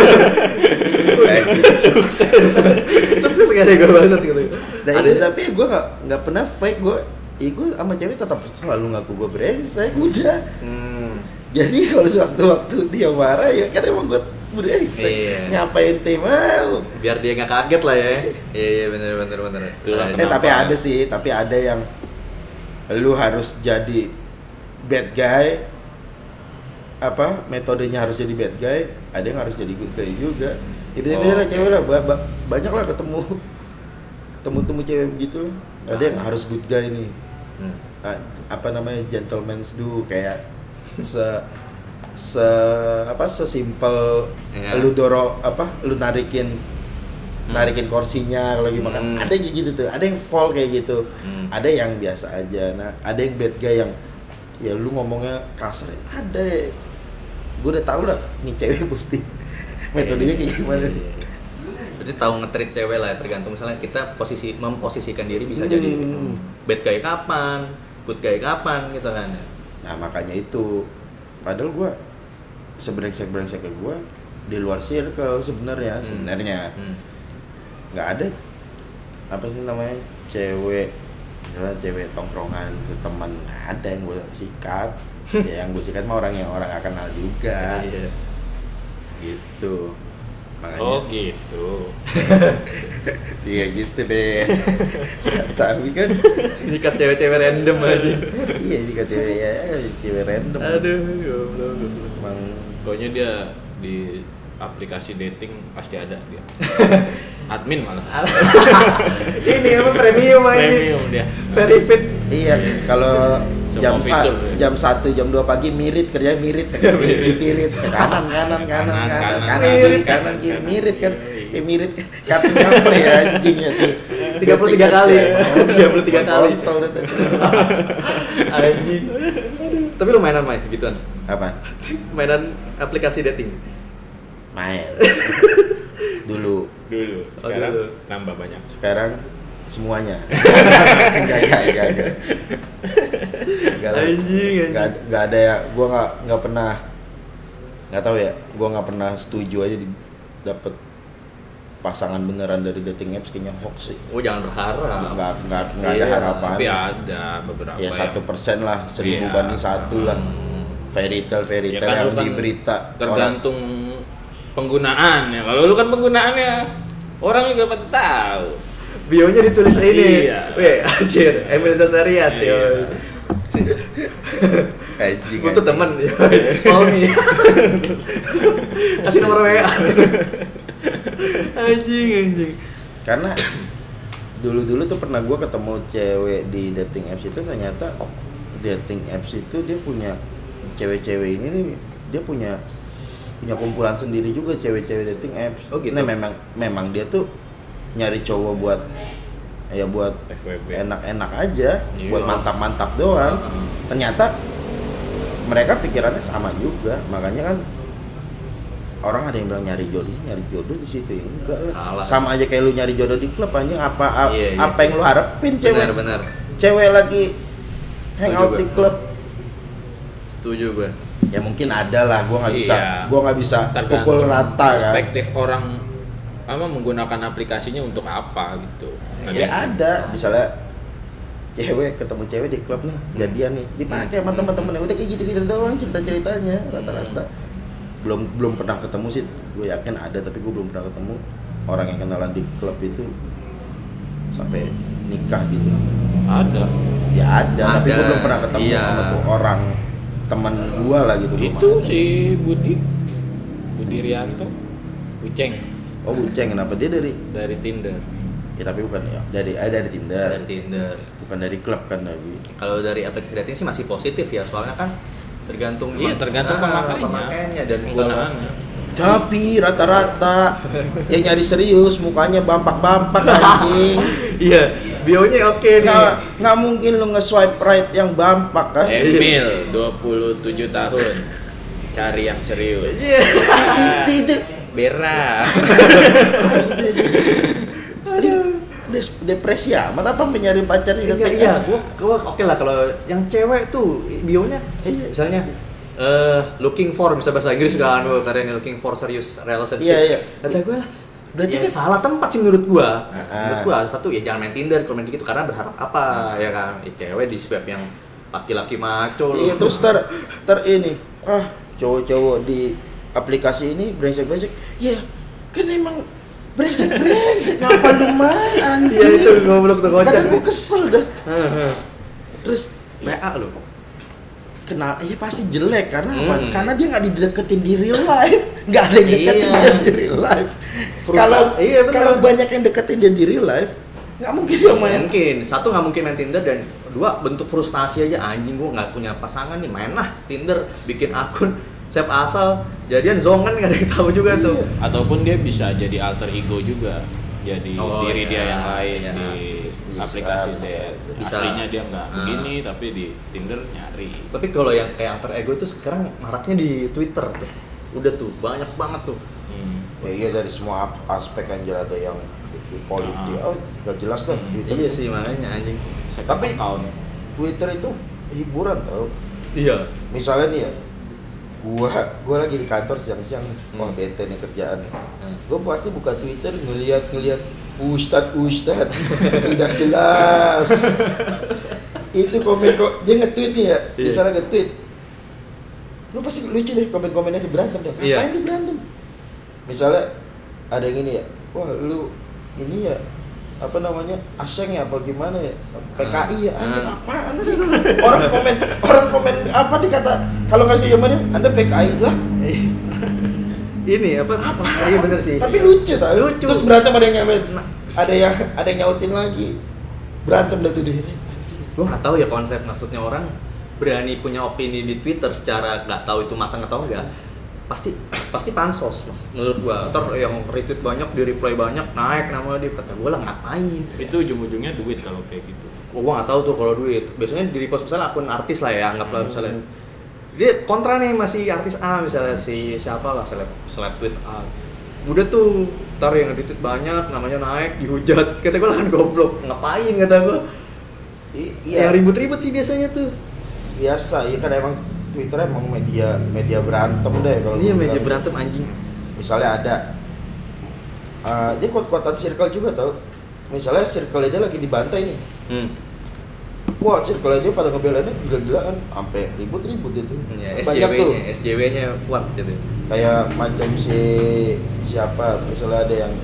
S1: sukses kali gue banget gitu.
S2: Nah itu tapi gue nggak pernah fake gue sama cewek tetap selalu ngaku gue brengsek udah. Jadi kalau sewaktu-waktu dia marah ya kan emang gue brengsek.
S1: Iya.
S2: Ngapain teh mau?
S1: Biar dia nggak kaget lah ya. Iya bener.
S3: Itulah
S2: Tapi ada yang lu harus jadi bad guy, metodenya harus jadi bad guy, ada yang harus jadi good guy juga. Beda-beda lah cewek lah, banyak lah ketemu cewek begitu lah. Ada yang harus good guy nih, gentleman's do kayak sesimpel lu lu narikin kursinya kalau lagi makan. Ada yang gitu tuh, ada yang fall kayak gitu. Ada yang biasa aja. Nah, ada yang bad guy yang ya lu ngomongnya kasar. Ada. Gue udah tahu lah nih cewek pasti metodenya kayak gimana.
S1: Berarti tahu nge-treat cewek lah, tergantung misalnya kita memposisikan diri bisa jadi bad guy kapan, good guy kapan gitu kan.
S2: Nah makanya itu, padahal gue sebrengsek-brengseknya gue di luar circle sebenarnya nggak ada apa sih namanya cewek tongkrongan itu teman ada yang gue sikat. Ya yang gue sikat mah orang gak kenal juga. Gitu makanya.
S3: Oh gitu.
S2: Iya gitu deh. Tapi kan
S1: Nyikat cewek-cewek random aja.
S2: iya jika cewek random.
S1: Aduh, goblok.
S2: Emang
S3: Pokoknya dia di aplikasi dating pasti ada dia. Admin malah.
S1: Ini apa premium aja.
S3: Premium dia.
S1: Very fit.
S2: iya, kalau
S3: Semua fitur,
S2: jam 1, jam 2 pagi mirit, kerjanya mirit, dipirit ke kanan kiri mirit kan, kayak mirit kartunya apa ya anjing ya tuh
S1: 33 kali. 33 kali. Anjing. Tapi lu mainan main gituan.
S2: Apa?
S1: Mainan aplikasi dating.
S2: Main. Dulu.
S3: Sekarang
S1: dulu.
S3: nambah banyak.
S2: Sekarang semuanya. Enggak.
S1: Anjing.
S2: Enggak ada ya. Gua enggak pernah, enggak tahu ya. Gua enggak pernah setuju aja dapet pasangan beneran dari dating apps, kayaknya hoax sih.
S1: Oh jangan berharap.
S2: Enggak ada harapan.
S3: Tapi ada beberapa
S2: Ya 1% lah, 1000 banding 1 lah. Fairy tale
S3: Ya kan,
S2: yang
S3: lu kan
S2: di berita.
S3: tergantung penggunaannya. Kalau lu kan penggunaannya orang juga pada tahu.
S1: Bionya ditulis ini.
S3: Iya.
S1: Weh, anjir, Emil Zazarias ya.
S2: Anjing.
S1: Gue tuh temen ya. Call me. Kasih nomor WA. Anjing.
S2: Karena dulu tuh pernah gue ketemu cewek di dating apps itu, ternyata dating apps itu dia punya cewek-cewek ini nih, dia punya kumpulan sendiri juga cewek-cewek dating apps.
S1: Oh gitu.
S2: Nah memang dia tuh nyari cowok buat
S3: FWB.
S2: enak-enak aja,
S3: Iya.
S2: buat mantap-mantap doang. Ternyata mereka pikirannya sama juga, makanya kan orang ada yang bilang nyari jodoh di situ, ya enggak lah.
S1: Salah.
S2: Sama aja kayak lu nyari jodoh di klub, anjing apa
S1: Iya.
S2: yang lu harapin cewek?
S1: Benar.
S2: Cewek lagi hangout
S1: Setuju
S2: di
S1: gue.
S2: klub.
S1: Setuju gue.
S2: Ya mungkin ada lah, gua nggak bisa
S3: Tergantung
S2: pukul rata kan.
S3: perspektif orang menggunakan aplikasinya untuk apa gitu.
S2: Ya ada, misalnya cewek ketemu cewek di klub nih, jadian nih, dipakai sama teman-temannya, udah kayak gitu-gitu doang cerita-ceritanya rata-rata. Belum pernah ketemu sih, gue yakin ada, tapi gue belum pernah ketemu orang yang kenalan di klub itu sampai nikah gitu.
S3: Ada.
S2: Ya ada, tapi gue belum pernah ketemu
S1: Iya.
S2: sama tuh orang teman gue lah gitu. belum
S3: Itu
S2: ada.
S3: si Budi Rianto, Uceng
S2: Oh Buceng, kenapa dia dari
S3: Tinder.
S2: ya tapi bukan ya dari Tinder.
S1: Dari Tinder.
S2: Bukan dari klub kan tapi.
S1: Kalau dari aplikasi dating sih masih positif ya, soalnya kan tergantung
S3: Tergantung
S1: pemakainya dan
S3: penggunaannya.
S2: Tapi rata-rata yang nyari serius mukanya bampak-bampak anjing.
S1: Iya, bionya oke nih.
S2: Nggak mungkin lu nge-swipe right yang bampak kan?
S3: Emil 27 tahun. cari yang serius.
S2: Itu
S3: Berak.
S2: depresi amat apa mencari pacar itu?
S1: Iya, gua oke lah kalau yang cewek tuh bionya misalnya looking for, bisa bahasa Inggris kan, katanya looking for serious relationship.
S2: Iya.
S1: Kata gue lah, berarti
S2: Ya,
S1: kan salah tempat sih menurut gua. Menurut gua satu ya jangan main Tinder kalau main gitu, karena berharap apa ya kan? Cewek di swab yang laki-laki maco.
S2: Iya, terus ter ini cowok-cowok di aplikasi ini brengsek-brengsek. Ya, kan emang brengsek ngapa lu main anjing.
S1: Iya itu goblok tuh kocak.
S2: Kadang gua kesel dah. Terus
S1: WA lu.
S2: Iya pasti jelek karena apa? Karena dia nggak dideketin di real life, nggak ada yang deketin dia di real life. Kalau banyak yang deketin dia di real life, nggak mungkin dia main.
S1: Mungkin satu nggak mungkin main Tinder, dan dua bentuk frustasi aja, anjing gua nggak punya pasangan nih, main lah Tinder, bikin akun save asal, jadian zongan nggak ada yang tahu juga tuh.
S3: Ataupun dia bisa jadi alter ego juga, jadi diri dia yang lain di aplikasi date. Aslinya dia nggak begini, tapi di Tinder nyari.
S1: Tapi kalau yang kayak alter ego itu sekarang maraknya di Twitter tuh, udah tuh banyak banget tuh.
S2: Ya iya, dari semua aspek anjir, ada yang di politik, gak jelas dah.
S1: Iya sih makanya anjing.
S2: Tapi Twitter itu hiburan tau.
S1: Iya.
S2: Misalnya nih ya, gua lagi di kantor siang-siang, wah bete nih kerjaan nih. Gua pasti buka Twitter ngeliat Ustadz tidak jelas. Itu komen kok dia nge-tweet nih ya, misalnya nge-tweet. Lu pasti lucu deh komen-komennya, di berantem deh. Ngapain di berantem? Misalnya ada yang ini ya, wah lu ini ya apa namanya, asyeng ya apa gimana ya, PKI ya, anjing apaan sih? Orang komen apa dikata, kalau ngasih zamannya Anda PKI lah.
S1: Ini apa? Iya bener sih.
S2: Tapi lucu tau.
S1: Lucu.
S2: Terus berantem, ada yang nyamain, ada yang nyautin lagi, berantem dah tuh deh.
S1: Gue nggak tahu ya konsep, maksudnya orang berani punya opini di Twitter secara nggak tahu itu matang atau enggak, pasti pansos menurut gua. Ntar yang retweet banyak, di reply banyak, naik nama dia, kata gua lah ngapain.
S3: Itu ujung-ujungnya duit kalau kayak gitu.
S1: Gua nggak tahu tuh kalau duit. Biasanya di repost misalnya akun artis lah ya, anggaplah misalnya dia kontra nih masih artis A misalnya, si siapa lah, seleb tweet A. Udah tuh, ntar yang retweet banyak, namanya naik, dihujat. Kata gua lah kan goblok, ngapain kata gua.
S2: Iya.
S1: Yang ribut-ribut sih biasanya tuh.
S2: Biasa, iya kan emang Twitter emang media berantem deh kalau.
S1: Iya, media berantem anjing.
S2: Misalnya ada dia kuat-kuatan circle juga tau. Misalnya circle aja lagi dibantai nih. Wah, circle aja pada ngebelainnya gila-gilaan, sampai ribut-ribut itu.
S1: Ya,
S2: Banyak
S1: SJW-nya kuat gitu.
S2: Kayak macam siapa, misalnya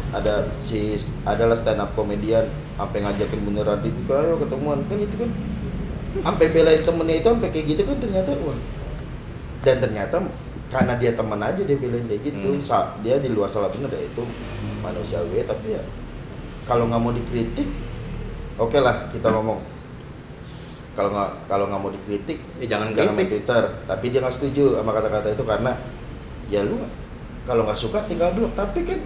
S2: adalah stand up komedian sampai ngajakin beneran dibuka, ayo ketemuan, kan itu kan sampai belain temennya itu sampai kayak gitu kan, ternyata wah. Dan ternyata karena dia teman aja dia belain kayak gitu. Dia di luar salah bener ya, itu manusiawi. Tapi ya kalau nggak mau dikritik, oke lah kita ngomong. Kalau nggak mau dikritik,
S1: jangan
S2: main Twitter. Tapi dia nggak setuju sama kata-kata itu, karena ya lu kalau nggak suka tinggal blok. Tapi kan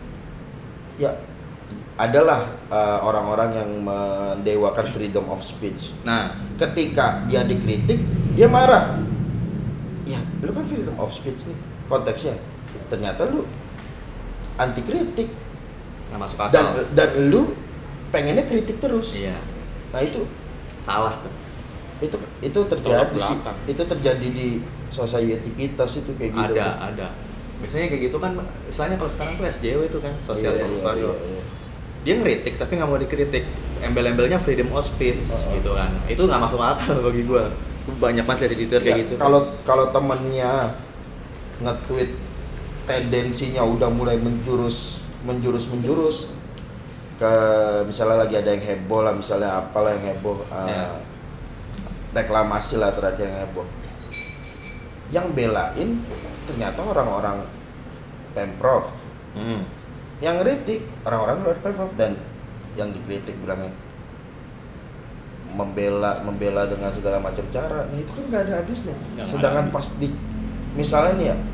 S2: ya adalah orang-orang yang mendewakan freedom of speech. Nah, ketika dia dikritik, dia marah. Ya, lu kan freedom of speech nih konteksnya. Ternyata lu anti kritik.
S1: Nggak masuk akal.
S2: Dan lu pengennya kritik terus.
S1: Iya.
S2: Nah itu
S1: salah.
S2: Itu terjadi sih. Itu terjadi di society kita sih, itu kayak gitu.
S1: Ada. Biasanya kayak gitu kan. Istilahnya kalau sekarang tuh SJW itu kan, social justice warrior. Dia ngeritik tapi nggak mau dikritik, embel-embelnya freedom of speech gitu kan. Itu nggak masuk akal bagi gua. Banyak banget dari Twitter kayak gitu.
S2: Kalau temennya nge-tweet tendensinya udah mulai menjurus ke, misalnya lagi ada yang heboh lah, misalnya apalah yang heboh, reklamasi lah terakhir yang heboh, yang belain ternyata orang-orang Pemprov. Yang kritik orang-orang luar Pemprov, dan yang dikritik bilangnya membela dengan segala macam cara. Nah itu kan nggak ada habisnya. Sedangkan pas di misalnya nih ya,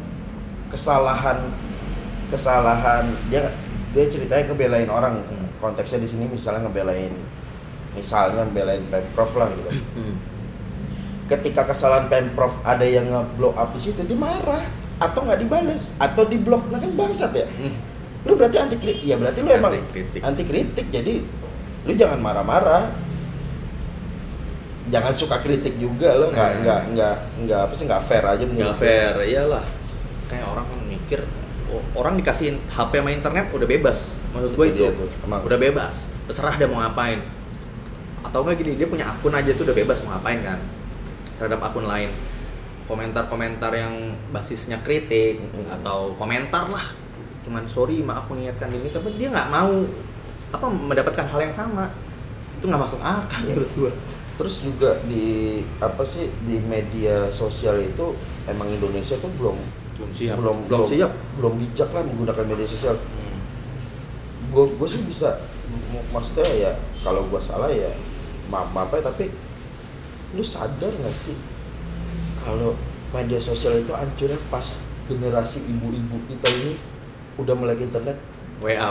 S2: kesalahan dia ceritanya ngebelain orang, konteksnya di sini misalnya ngebelain Pemprov lah gitu. ketika kesalahan Pemprov ada yang nge-blow up di situ, dia marah atau nggak dibales atau di-block, nah kan bangsat ya. Lu berarti anti kritik, ya berarti lu emang anti kritik, jadi lu jangan marah-marah, jangan suka kritik juga, lo nggak apa sih, nggak fair aja menurut
S1: nggak fair, iyalah. Kayak orang kan mikir, orang dikasihin HP sama internet udah bebas, maksud gue itu udah bebas, terserah dia mau ngapain. Atau enggak gini, dia punya akun aja tuh udah bebas mau ngapain kan terhadap akun lain. Komentar-komentar yang basisnya kritik atau komentar lah, cuman sorry maaf mengingatkan ini, tapi dia nggak mau mendapatkan hal yang sama, itu nggak masuk akal menurut gua.
S2: Terus juga di di media sosial itu emang Indonesia tuh belum siap, belum bijak lah menggunakan media sosial. Gue sih bisa, maksudnya ya kalau gue salah ya maaf ya, tapi lu sadar nggak sih kalau media sosial itu hancurnya pas generasi ibu-ibu kita ini udah melek internet.
S1: WA.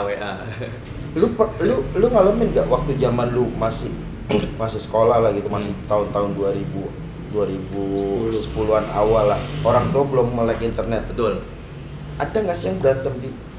S2: Lu ngalamin nggak waktu zaman lu masih sekolah lah gitu, masih tahun-tahun 2010-an awal lah, orang tua belum melek internet.
S1: Betul.
S2: Ada nggak sih yang berantem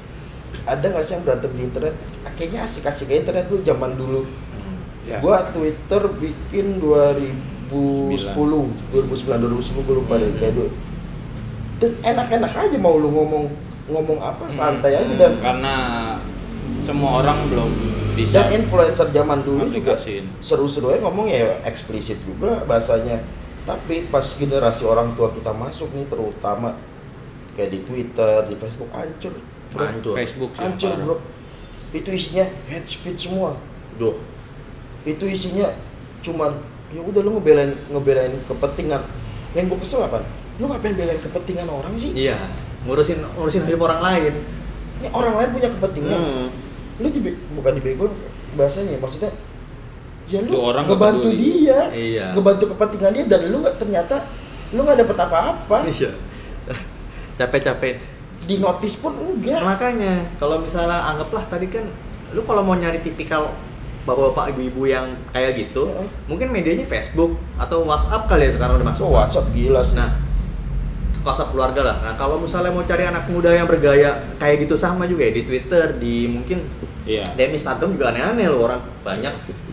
S2: di internet? Kayaknya asik-asik internet dulu zaman dulu. Gua Twitter bikin 2010 gue lupa deh kayak itu. Dan enak-enak aja mau lu ngomong apa santai aja, dan
S3: karena semua orang belum bisa.
S2: Dan influencer zaman dulu juga
S3: aplikasiin.
S2: seru-serunya ngomong ya eksplisit juga bahasanya. Tapi pas generasi orang tua kita masuk nih, terutama kayak di Twitter, di Facebook, hancur.
S3: Facebook sih
S2: hancur bro. Itu isinya hate speech semua. Itu isinya cuman ya udah lu ngebelain kepentingan. Yang gue kesel apa? Lu ngapain belain kepentingan orang sih?
S1: Iya, ngurusin hidup orang lain.
S2: Ini orang lain punya kepentingan. Lu bukan dibego bahasanya, maksudnya ya lu ngebantu dia, ngebantu kepentingan dia, dan lu ternyata lu nggak dapet apa-apa.
S1: Iya. Capek-capek.
S2: Di notice pun enggak.
S1: Makanya kalau misalnya anggaplah tadi kan, lu kalau mau nyari tipikal bapak-bapak ibu-ibu yang kayak gitu, mungkin medianya Facebook atau WhatsApp kali ya sekarang udah masuk.
S2: WhatsApp gila sih.
S1: Nah, WhatsApp keluarga lah. Nah, kalau misalnya mau cari anak muda yang bergaya kayak gitu sama juga ya di Twitter, di mungkin di Instagram juga aneh-aneh loh, orang banyak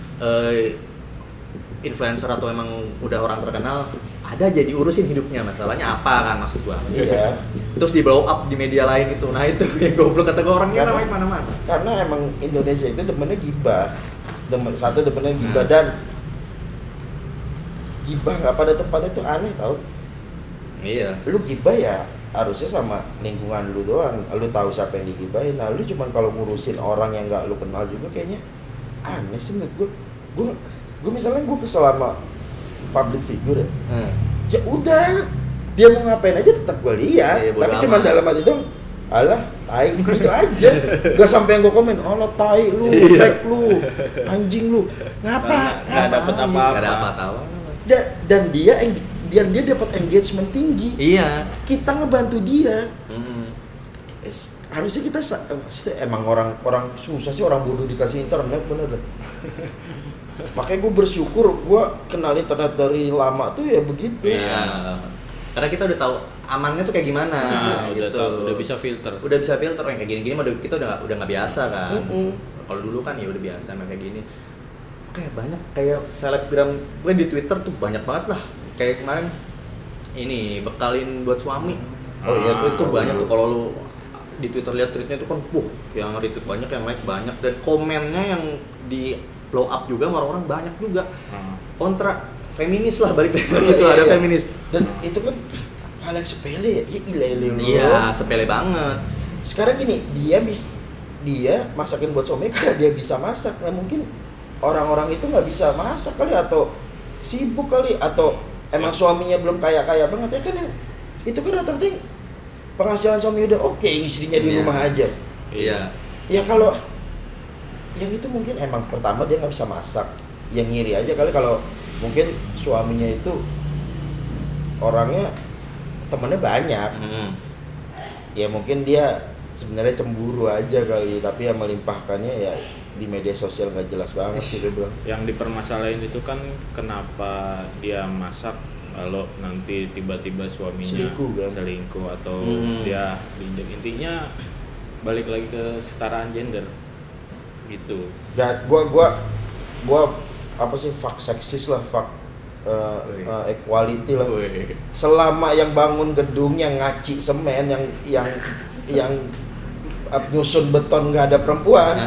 S1: influencer atau emang udah orang terkenal ada jadi urusin hidupnya, masalahnya apa kan maksud gua.
S2: Iya.
S1: Terus di blow up di media lain itu. Nah, itu yang goblok kata gua, orangnya namanya mana-mana.
S2: Karena emang Indonesia itu demennya gibah. Demennya gibah, dan gibah nggak pada tempatnya itu aneh tau.
S1: Iya.
S2: Lu gibah ya harusnya sama lingkungan lu doang. Lu tahu siapa yang digibahin. Nah, lu cuma kalau ngurusin orang yang nggak lu kenal juga kayaknya aneh sih menurut gua. Gue misalnya gue kesel sama public figure ya. Ya udah, dia mau ngapain aja tetap gue lihat. Tapi cuma dalam hati dong, alah, tai gitu aja. Gak sampai yang gue komen, alah tai lu, fake lu, anjing lu. Ngapa?
S3: Gak dapet apa-apa.
S1: Gak dapet apa-apa.
S2: Dan dia dapat engagement tinggi.
S1: Iya.
S2: Kita ngebantu dia. Harusnya kita emang orang susah sih, orang bodoh dikasih internet, bener deh. Makanya gue bersyukur gue kenal internet dari lama tuh ya begitu.
S1: Iya. Karena kita udah tahu amannya tuh kayak gimana.
S3: Gitu. Udah bisa filter.
S1: Oh, yang kayak gini-gini mah kita udah nggak biasa kan. Kalau dulu kan ya udah biasa kayak gini. Kayak banyak kayak selebgram gue di Twitter tuh banyak banget lah. Kayak kemarin ini bekalin buat suami.
S2: Oh iya,
S1: itu banyak tuh kalau lu di Twitter lihat tweetnya tuh kan, yang retweet banyak, yang like banyak, dan komennya yang di blow up juga orang-orang banyak juga. Kontra feminis lah, balik lagi itu ada feminis.
S2: Dan itu kan hal yang sepele ya,
S1: Iya, sepele banget.
S2: Sekarang gini, dia masakin buat suami, dia bisa masak. Nah, mungkin orang-orang itu nggak bisa masak kali, atau sibuk kali, atau emang suaminya belum kaya-kaya banget ya kan. Itu kan rata-rata penghasilan suami udah oke, istrinya di rumah aja.
S1: Iya.
S2: Ya kalau yang itu mungkin emang pertama dia nggak bisa masak, yang ngiri aja kali kalau mungkin suaminya itu orangnya temennya banyak. Ya mungkin dia sebenarnya cemburu aja kali, tapi yang melimpahkannya ya di media sosial nggak jelas banget sih dia bilang.
S3: Yang dipermasalahin itu kan kenapa dia masak Kalau nanti tiba-tiba suaminya selingkuh atau dia diinjak, intinya balik lagi ke kesetaraan gender gitu.
S2: Ya, gua apa sih, fuck seksis lah, fuck equality lah. Selama yang bangun gedung, yang ngaci semen, yang nyusun beton nggak ada perempuan,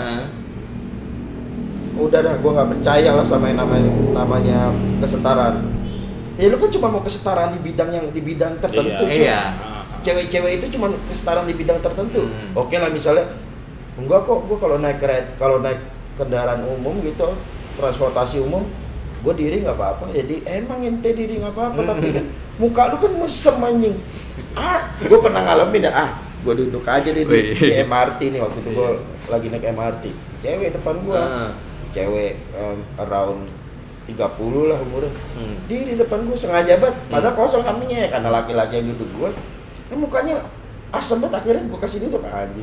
S2: udah dah, gua nggak percaya lah sama yang namanya kesetaraan. Ya lu kan cuma mau kesetaraan di bidang tertentu.
S1: Iya.
S2: Cewek-cewek itu cuma kesetaraan di bidang tertentu. Oke lah, misalnya enggak kok, gua kalau naik kendaraan umum gitu, transportasi umum, gue diri nggak apa-apa. Jadi emang ente diri nggak apa-apa, tapi kan muka lu kan mesem anjing. Gue pernah ngalamin gue duduk aja deh di MRT nih, waktu itu gue lagi naik MRT, cewek depan gue, cewek around 30 lah umurnya, diri depan gue sengaja banget, padahal kosong kambingnya, karena laki-laki yang duduk gue, mukanya asem banget. Akhirnya gue kasih dia tuh anjing,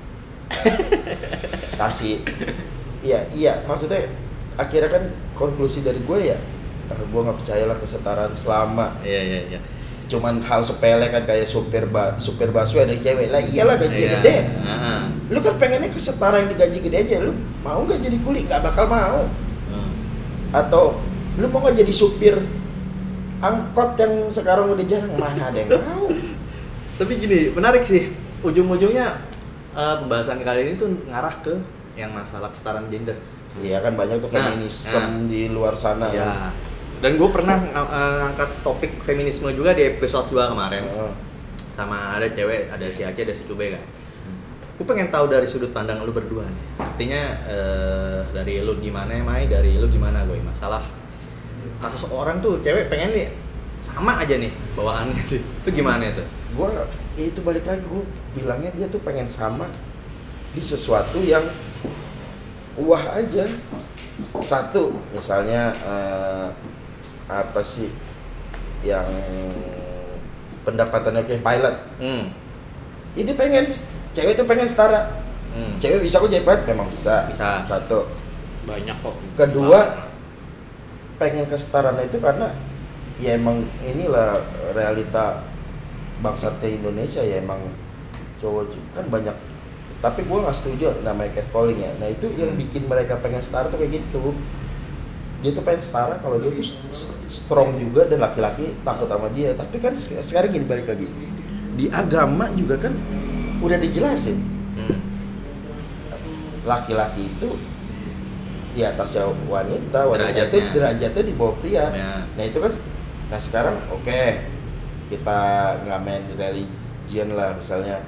S2: kasih, iya, maksudnya akhirnya kan konklusi dari gue ya, gue nggak percaya lah kesetaraan selama,
S1: iya.
S2: Cuman hal sepele kan, kayak supir busway ada cewek lah, iyalah gajinya gede, lu kan pengennya kesetaraan yang digaji gede aja, lu mau nggak jadi kuli? Nggak bakal mau. Atau lu mau nggak jadi supir angkot yang sekarang udah jarang, mana ada yang mau.
S1: Tapi gini, menarik sih, ujung-ujungnya pembahasan kali ini tuh ngarah ke yang masalah kesetaraan gender.
S2: Iya kan, banyak tuh feminisme di luar sana.
S1: Iya. Dan gue pernah ngangkat topik feminisme juga di episode 2 kemarin. Sama ada cewek, ada si Aceh, ada si Cube kan. Gue pengen tahu dari sudut pandang lu berdua nih. Artinya dari lu gimana Mai, dari lu gimana gue, masalah kasus orang tuh cewek pengen nih sama aja nih bawaannya sih. Itu gimana itu?
S2: Gue itu balik lagi, gue bilangnya dia tuh pengen sama di sesuatu yang wah aja. Satu misalnya apa sih yang pendapatannya kayak pilot. Ini pengen, cewek tuh pengen setara. Cewek bisa kok jadi pilot, memang bisa. Satu.
S3: Banyak kok.
S2: Kedua, pengen kesetaraan itu karena ya emang inilah realita bangsa Indonesia ya, emang cowok kan banyak. Tapi gue nggak setuju namanya catcalling ya. Nah itu yang bikin mereka pengen setara tuh kayak gitu. Dia tuh pengen setara kalau dia tuh strong juga dan laki-laki takut sama dia. Tapi kan sekarang gini, balik lagi, di agama juga kan udah dijelasin, laki-laki itu di atasnya wanita itu derajatnya di bawah pria. Nah itu kan, nah sekarang oke, kita nggak main religion lah misalnya.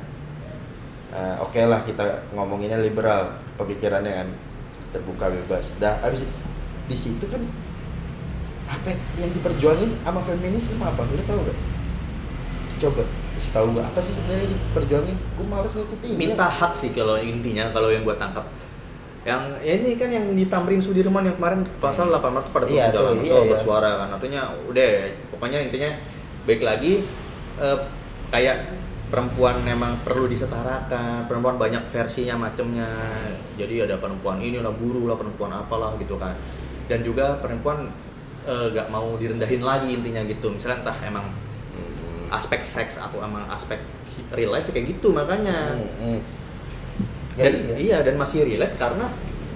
S2: Oke lah, kita ngomonginnya liberal, pemikirannya kan terbuka bebas. Dah abis di situ kan apa yang diperjuangin sama feminis sama apa? Lu tahu gak? Coba kasih tahu gak apa sih sebenarnya diperjuangin? Gue males ngikutin.
S1: Minta hak sih kalau intinya, kalau yang gue tangkap. Yang ya ini kan yang di Tamrin Sudirman yang kemarin pasal 8 Maret pada jalan bersuara kan. Artinya udah, pokoknya intinya baik lagi kayak perempuan memang perlu disetarakan, perempuan banyak versinya macemnya. Jadi ada perempuan inilah buruh lah, perempuan apalah gitu kan. Dan juga perempuan gak mau direndahin lagi intinya gitu. Misalnya entah emang aspek seks atau emang aspek real life kayak gitu makanya. Dan dan masih relate karena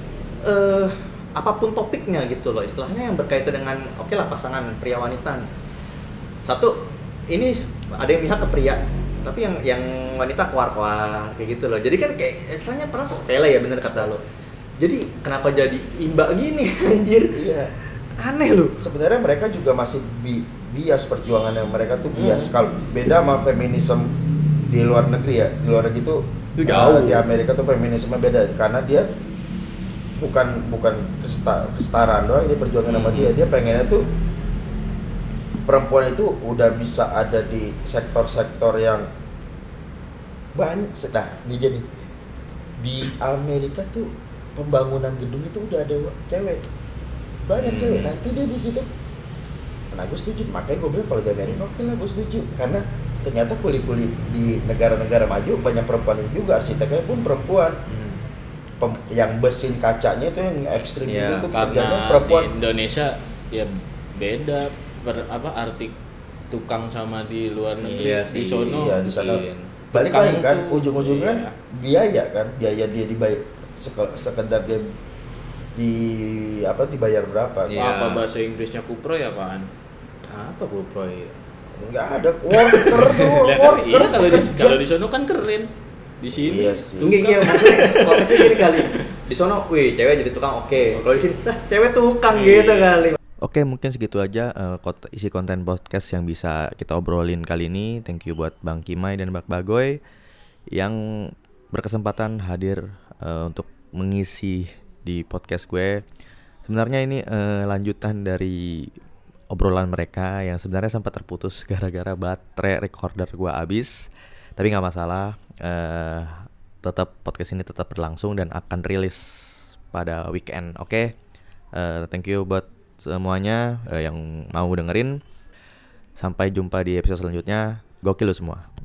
S1: apapun topiknya gitu loh, istilahnya yang berkaitan dengan oke lah pasangan pria wanita nih. Satu, ini ada yang pihak ke pria, tapi yang wanita keluar kayak gitu loh. Jadi kan kayak istilahnya pernah sepele ya, bener kata lo. Jadi kenapa jadi imbak gini anjir?
S2: Iya.
S1: Aneh lu.
S2: Sebenarnya mereka juga masih bias perjuangannya, mereka tuh bias. Kalau beda sama feminisme di luar negeri ya. Di luar negeri tuh jauh. Di Amerika tuh feminisme beda karena dia bukan kesetaraan doang, dia perjuangan sama dia. Dia pengennya tuh perempuan itu udah bisa ada di sektor-sektor yang banyak. Nah, ini jadi di Amerika tuh pembangunan gedung itu udah ada cewek, banyak cewek. Nanti dia di situ, nah gue setuju. Makanya gue bilang kalau di Amerika oke lah, gue setuju karena ternyata kuli-kuli di negara-negara maju banyak perempuan juga, arsiteknya pun perempuan. Yang bersin kacanya itu yang ekstrim
S3: ya,
S2: itu tuh
S3: karena
S2: perempuan.
S3: Di Indonesia ya beda tukang sama di luar negeri.
S1: Iya
S3: Di
S1: sih.
S3: sono
S2: Iya, di sana.
S1: mungkin.
S2: Balik
S3: Tukang
S2: lagi kan,
S3: tuh,
S2: ujung-ujungnya
S3: iya.
S2: biaya kan, biaya dia dibayar sekedar dia dibayar berapa?
S1: Iya.
S3: Apa bahasa Inggrisnya kupro ya apaan?
S1: Apa bro Proy?
S2: Nggak ada worker tuh,
S3: Lah kan,
S2: worker.
S3: iya kalau di
S2: pekerja.
S3: kalau di sono kan keren. Di sini.
S2: Iya sih.
S1: Enggak, iya maksudnya kalau kecil gini kali. Di sono, wih cewek jadi tukang oke. Kalau di sini, lah cewek tukang
S3: Iya.
S1: gitu kali. Oke, mungkin segitu aja isi konten podcast yang bisa kita obrolin kali ini. Thank you buat Bang Kimai dan Bang Bagoy yang berkesempatan hadir untuk mengisi di podcast gue. Sebenarnya ini lanjutan dari obrolan mereka yang sebenarnya sempat terputus gara-gara baterai recorder gue habis. Tapi nggak masalah, tetap podcast ini tetap berlangsung dan akan rilis pada weekend. Oke. Thank you buat semuanya yang mau dengerin. Sampai jumpa di episode selanjutnya. Gokil lu semua.